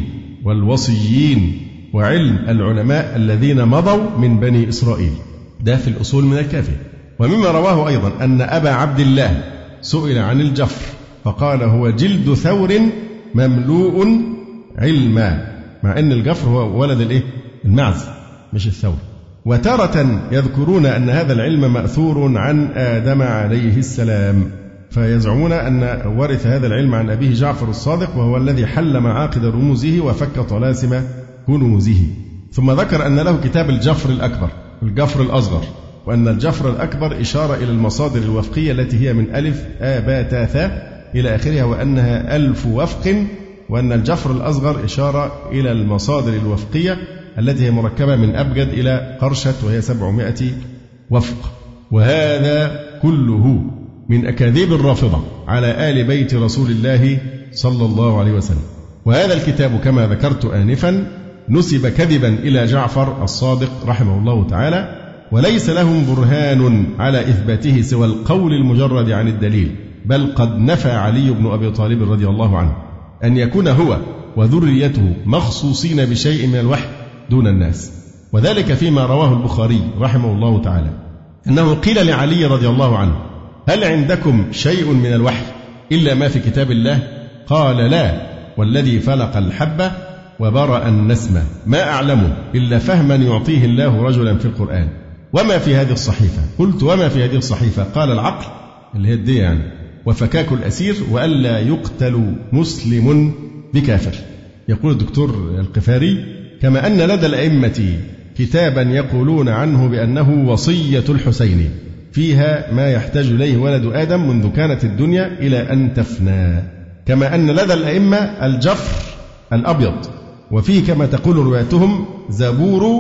والوصيين وعلم العلماء الذين مضوا من بني إسرائيل. ده في الأصول من الكافي. ومما رواه أيضا أن أبا عبد الله سئل عن الجفر فقال: هو جلد ثور مملوء علما، مع أن الجفر هو ولد الإيه؟ المعز مش الثور. وتارة يذكرون أن هذا العلم مأثور عن آدم عليه السلام، فيزعمون أن ورث هذا العلم عن أبيه جعفر الصادق، وهو الذي حل معاقد رموزه وفك طلاسم كنوزه. ثم ذكر أن له كتاب الجفر الأكبر الجفر الأصغر، وأن الجفر الأكبر إشارة إلى المصادر الوفقية التي هي من ألف آ با تا ثا إلى آخرها، وأنها ألف وفق، وأن الجفر الأصغر إشارة إلى المصادر الوفقية التي هي مركبة من أبجد إلى قرشة وهي سبعمائة وفق. وهذا كله من أكاذيب الرافضة على آل بيت رسول الله صلى الله عليه وسلم. وهذا الكتاب كما ذكرت آنفا نسب كذبا إلى جعفر الصادق رحمه الله تعالى، وليس لهم برهان على إثباته سوى القول المجرد عن الدليل، بل قد نفى علي بن أبي طالب رضي الله عنه أن يكون هو وذريته مخصوصين بشيء من الوحي دون الناس. وذلك فيما رواه البخاري رحمه الله تعالى أنه قيل لعلي رضي الله عنه: هل عندكم شيء من الوحي؟ إلا ما في كتاب الله؟ قال لا، والذي فلق الحبة وبرأ النسمة ما أعلمه إلا فهما يعطيه الله رجلا في القرآن. وما في هذه الصحيفة؟ قلت وما في هذه الصحيفة؟ قال العقل اللي هي الدية يعني، وفكاك الأسير، وألا يقتل مسلم بكافر. يقول الدكتور القفاري: كما أن لدى الأئمة كتابا يقولون عنه بأنه وصية الحسين فيها ما يحتاج إليه ولد آدم منذ كانت الدنيا إلى أن تفنى، كما أن لدى الأئمة الجفر الأبيض وفيه كما تقول روايتهم زبور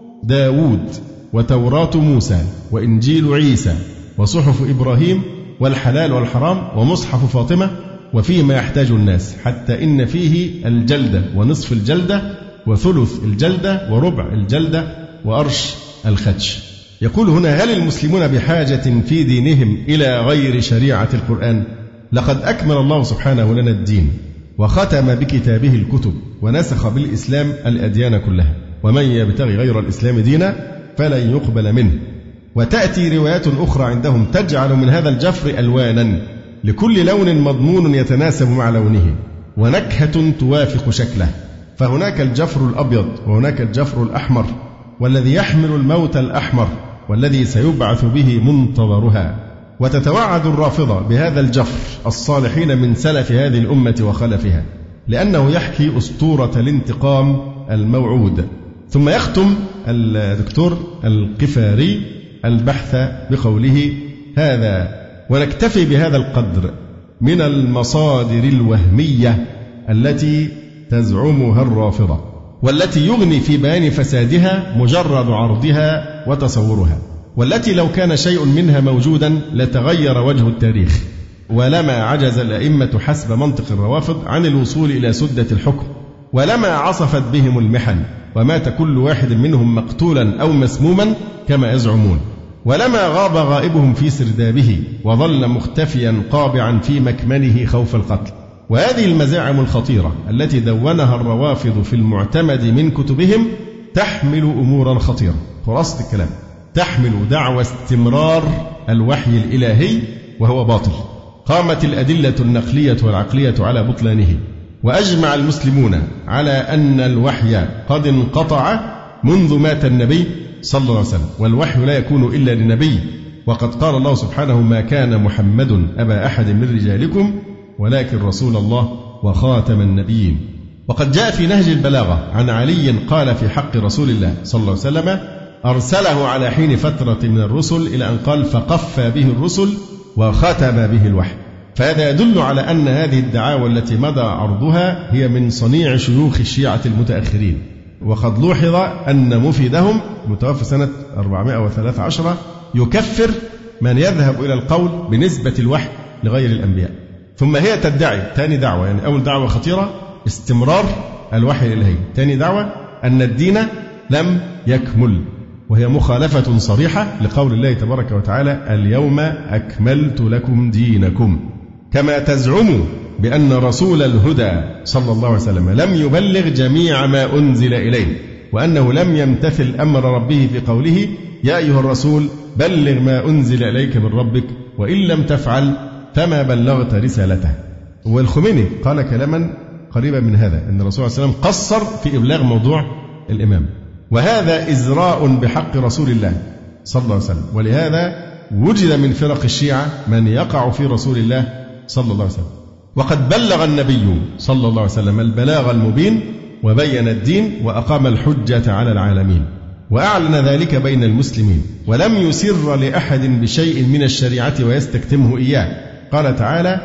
داود وتوراة موسى وإنجيل عيسى وصحف إبراهيم والحلال والحرام ومصحف فاطمة، وفيه ما يحتاج الناس، حتى إن فيه الجلدة ونصف الجلدة وثلث الجلدة وربع الجلدة وأرش الخدش. يقول هنا: هل المسلمون بحاجة في دينهم إلى غير شريعة القرآن؟ لقد أكمل الله سبحانه لنا الدين وختم بكتابه الكتب ونسخ بالإسلام الأديان كلها، ومن يبتغي غير الإسلام دينا فلن يقبل منه. وتأتي روايات أخرى عندهم تجعل من هذا الجفر ألوانا، لكل لون مضمون يتناسب مع لونه ونكهة توافق شكله، فهناك الجفر الأبيض وهناك الجفر الأحمر، والذي يحمل الموت الأحمر والذي سيبعث به منتظرها. وتتوعد الرافضة بهذا الجفر الصالحين من سلف هذه الأمة وخلفها، لأنه يحكي أسطورة الانتقام الموعود. ثم يختم الدكتور القفاري البحث بقوله هذا: ونكتفي بهذا القدر من المصادر الوهمية التي تزعمها الرافضة، والتي يغني في بيان فسادها مجرد عرضها وتصورها، والتي لو كان شيء منها موجودا لتغير وجه التاريخ، ولما عجز الأئمة حسب منطق الروافض عن الوصول إلى سدة الحكم، ولما عصفت بهم المحن ومات كل واحد منهم مقتولا أو مسموما كما يزعمون، ولما غاب غائبهم في سردابه وظل مختفيا قابعا في مكمنه خوف القتل. وهذه المزاعم الخطيرة التي دونها الروافض في المعتمد من كتبهم تحمل أمورا خطيرة. خلاصة الكلام: تحمل دعوى استمرار الوحي الإلهي وهو باطل، قامت الأدلة النقلية والعقلية على بطلانه، وأجمع المسلمون على أن الوحي قد انقطع منذ مات النبي صلى الله عليه وسلم، والوحي لا يكون إلا لنبي، وقد قال الله سبحانه: ما كان محمد أبا أحد من رجالكم ولكن رسول الله وخاتم النبيين. وقد جاء في نهج البلاغة عن علي قال في حق رسول الله صلى الله عليه وسلم: أرسله على حين فترة من الرسل إلى أن قال: فقفى به الرسل وختم به الوحي. فهذا يدل على أن هذه الدعاوى التي مضى عرضها هي من صنيع شيوخ الشيعة المتأخرين، وقد لوحظ أن مفيدهم متوفى سنة أربعمائة وثلاثة عشر يكفر من يذهب إلى القول بنسبة الوحي لغير الأنبياء. ثم هي تدعي ثاني دعوة، يعني أول دعوة خطيرة استمرار الوحي الإلهي، ثاني دعوة أن الدين لم يكمل، وهي مخالفة صريحة لقول الله تبارك وتعالى: اليوم أكملت لكم دينكم، كما تزعم بأن رسول الهدى صلى الله عليه وسلم لم يبلغ جميع ما أنزل إليه، وأنه لم يمتثل أمر ربه في قوله: يا أيها الرسول بلغ ما أنزل إليك من ربك وإن لم تفعل فما بلغت رسالته. والخميني قال كلاما قريبا من هذا، أن الرسول صلى الله عليه وسلم قصر في إبلاغ موضوع الإمام، وهذا إزراء بحق رسول الله صلى الله عليه وسلم. ولهذا وجد من فرق الشيعة من يقع في رسول الله صلى الله عليه وسلم. وقد بلغ النبي صلى الله عليه وسلم البلاغ المبين وبين الدين وأقام الحجة على العالمين، وأعلن ذلك بين المسلمين، ولم يسر لأحد بشيء من الشريعة ويستكتمه إياه. قال تعالى: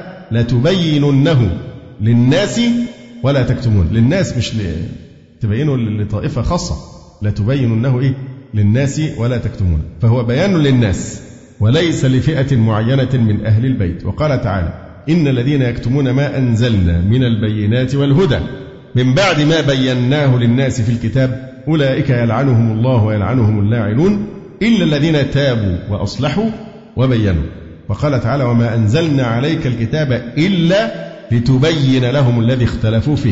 لتبيننه للناس ولا تكتمون. للناس مش تبينه لطائفة خاصة، لتبيننه إيه؟ للناس ولا تكتمون، فهو بيان للناس وليس لفئة معينة من أهل البيت. وقال تعالى: إن الذين يكتمون ما أنزلنا من البينات والهدى من بعد ما بيناه للناس في الكتاب أولئك يلعنهم الله ويلعنهم اللاعنون إلا الذين تابوا وأصلحوا وبينوا. وقال تعالى: وما أنزلنا عليك الكتاب إلا لتبين لهم الذي اختلفوا فيه.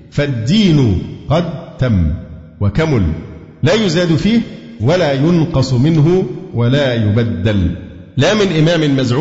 فالدين قد تم وكمل، لا يزاد فيه ولا ينقص منه ولا يبدل، لا من إمام مزعوم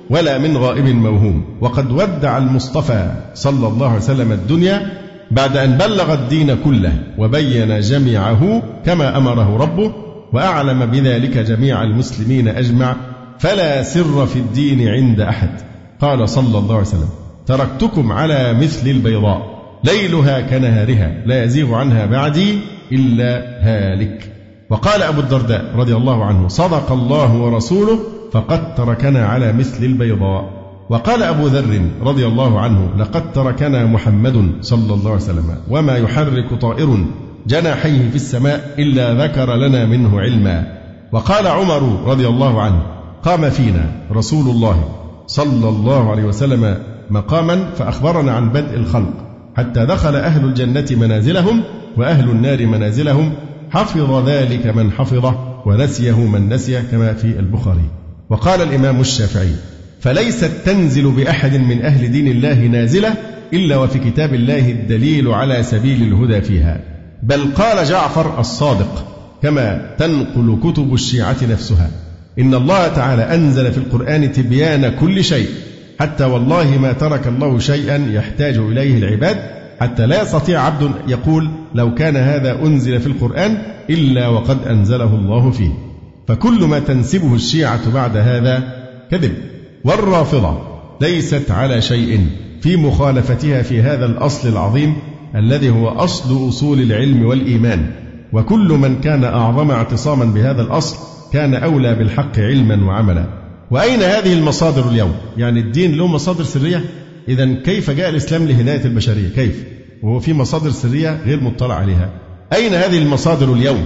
ولا من غائب موهوم. وقد ودع المصطفى صلى الله عليه وسلم الدنيا بعد أن بلغ الدين كله وبين جميعه كما أمره ربه، وأعلم بذلك جميع المسلمين أجمع، فلا سر في الدين عند أحد. قال صلى الله عليه وسلم: تركتكم على مثل البيضاء ليلها كنهارها لا يزيغ عنها بعدي إلا هالك. وقال أبو الدرداء رضي الله عنه: صدق الله ورسوله فقد تركنا على مثل البيضاء. وقال أبو ذر رضي الله عنه: لقد تركنا محمد صلى الله عليه وسلم وما يحرك طائر جناحيه في السماء إلا ذكر لنا منه علما. وقال عمر رضي الله عنه: قام فينا رسول الله صلى الله عليه وسلم مقاما فأخبرنا عن بدء الخلق حتى دخل أهل الجنة منازلهم وأهل النار منازلهم، حفظ ذلك من حفظه ونسيه من نسيه، كما في البخاري. وقال الإمام الشافعي: فليست تنزل بأحد من أهل دين الله نازلة إلا وفي كتاب الله الدليل على سبيل الهدى فيها. بل قال جعفر الصادق كما تنقل كتب الشيعة نفسها: إن الله تعالى أنزل في القرآن تبيان كل شيء، حتى والله ما ترك الله شيئا يحتاج إليه العباد، حتى لا يستطيع عبد يقول لو كان هذا أنزل في القرآن إلا وقد أنزله الله فيه. فكل ما تنسبه الشيعة بعد هذا كذب. والرافضة ليست على شيء في مخالفتها في هذا الأصل العظيم الذي هو أصل أصول العلم والإيمان. وكل من كان أعظم اعتصاما بهذا الأصل كان أولى بالحق علما وعملا. وأين هذه المصادر اليوم؟ يعني الدين له مصادر سرية؟ إذن كيف جاء الإسلام لهداية البشرية؟ كيف؟ وهو في مصادر سرية غير مطلع عليها. أين هذه المصادر اليوم؟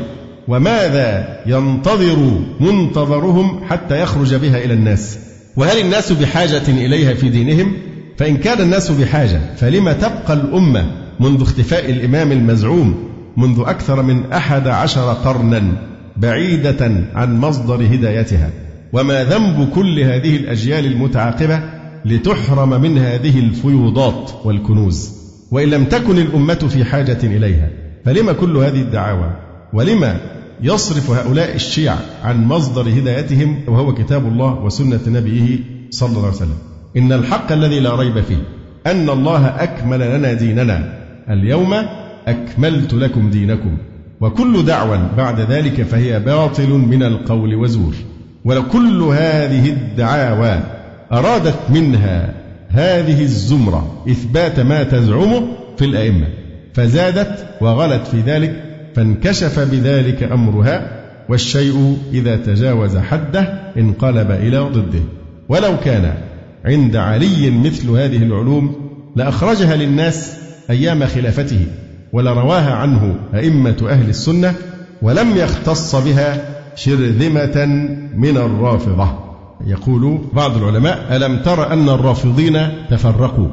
وماذا ينتظر منتظرهم حتى يخرج بها إلى الناس؟ وهل الناس بحاجة إليها في دينهم؟ فإن كان الناس بحاجة فلما تبقى الأمة منذ اختفاء الإمام المزعوم منذ أكثر من أحد عشر قرنا بعيدة عن مصدر هدايتها؟ وما ذنب كل هذه الأجيال المتعاقبة لتحرم من هذه الفيوضات والكنوز؟ وإن لم تكن الأمة في حاجة إليها فلما كل هذه الدعاوى؟ ولما يصرف هؤلاء الشيعة عن مصدر هدايتهم وهو كتاب الله وسنة نبيه صلى الله عليه وسلم؟ إن الحق الذي لا ريب فيه أن الله أكمل لنا ديننا، اليوم أكملت لكم دينكم. وكل دعوى بعد ذلك فهي باطل من القول وزور. ولكل هذه الدعاوى أرادت منها هذه الزمرة إثبات ما تزعمه في الأئمة، فزادت وغلت في ذلك، فانكشف بذلك أمرها، والشيء إذا تجاوز حده انقلب إلى ضده. ولو كان عند علي مثل هذه العلوم لأخرجها للناس أيام خلافته، ولرواها عنه أئمة أهل السنة، ولم يختص بها شرذمة من الرافضة. يقول بعض العلماء: ألم تر أن الرافضين تفرقوا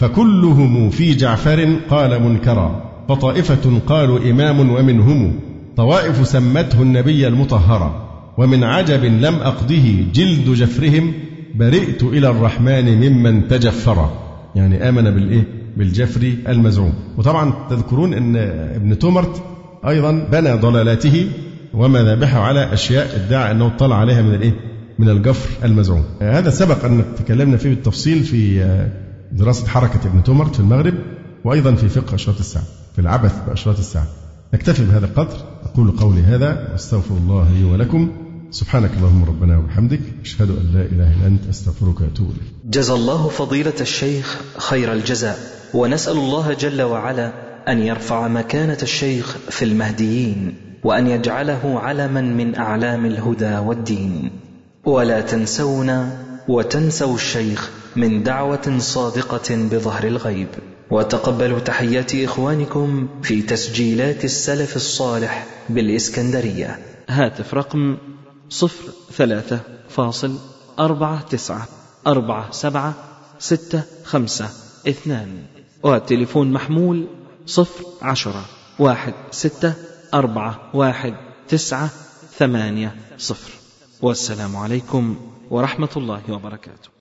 فكلهم في جعفر قال منكرا، فطائفة قالوا إمام ومنهم طوائف سمته النبي المطهرا، ومن عجب لم أقضه جلد جفرهم برئت إلى الرحمن ممن تجفر. يعني آمن بالإيه؟ بالجفر المزعوم. وطبعا تذكرون أن ابن تومرت أيضا بنى ضلالاته ومذابحه على أشياء ادعى أنه اطلع عليها من الإيه؟ من الجفر المزعوم. هذا سبق أن تكلمنا فيه بالتفصيل في دراسة حركة ابن تومرت في المغرب، وأيضا في فقه أشراط الساعة، في العبث بأشراط الساعة. نكتفي بهذا القدر. أقول قولي هذا واستغفر الله لي ولكم. سبحانك اللهم ربنا وبحمدك، أشهد أن لا إله إلا أنت، أستغفرك وأتوب إليك. جزا الله فضيلة الشيخ خير الجزاء، ونسأل الله جل وعلا أن يرفع مكانة الشيخ في المهديين، وأن يجعله علما من أعلام الهدى والدين. ولا تنسونا وتنسوا الشيخ من دعوة صادقة بظهر الغيب. وتقبلوا تحيات إخوانكم في تسجيلات السلف الصالح بالإسكندرية. هاتف رقم صفر ثلاثة فاصل أربعة تسعة أربعة سبعة ستة خمسة اثنان، والتليفون محمول صفر عشرة واحد ستة أربعة واحد تسعة ثمانية صفر. والسلام عليكم ورحمة الله وبركاته.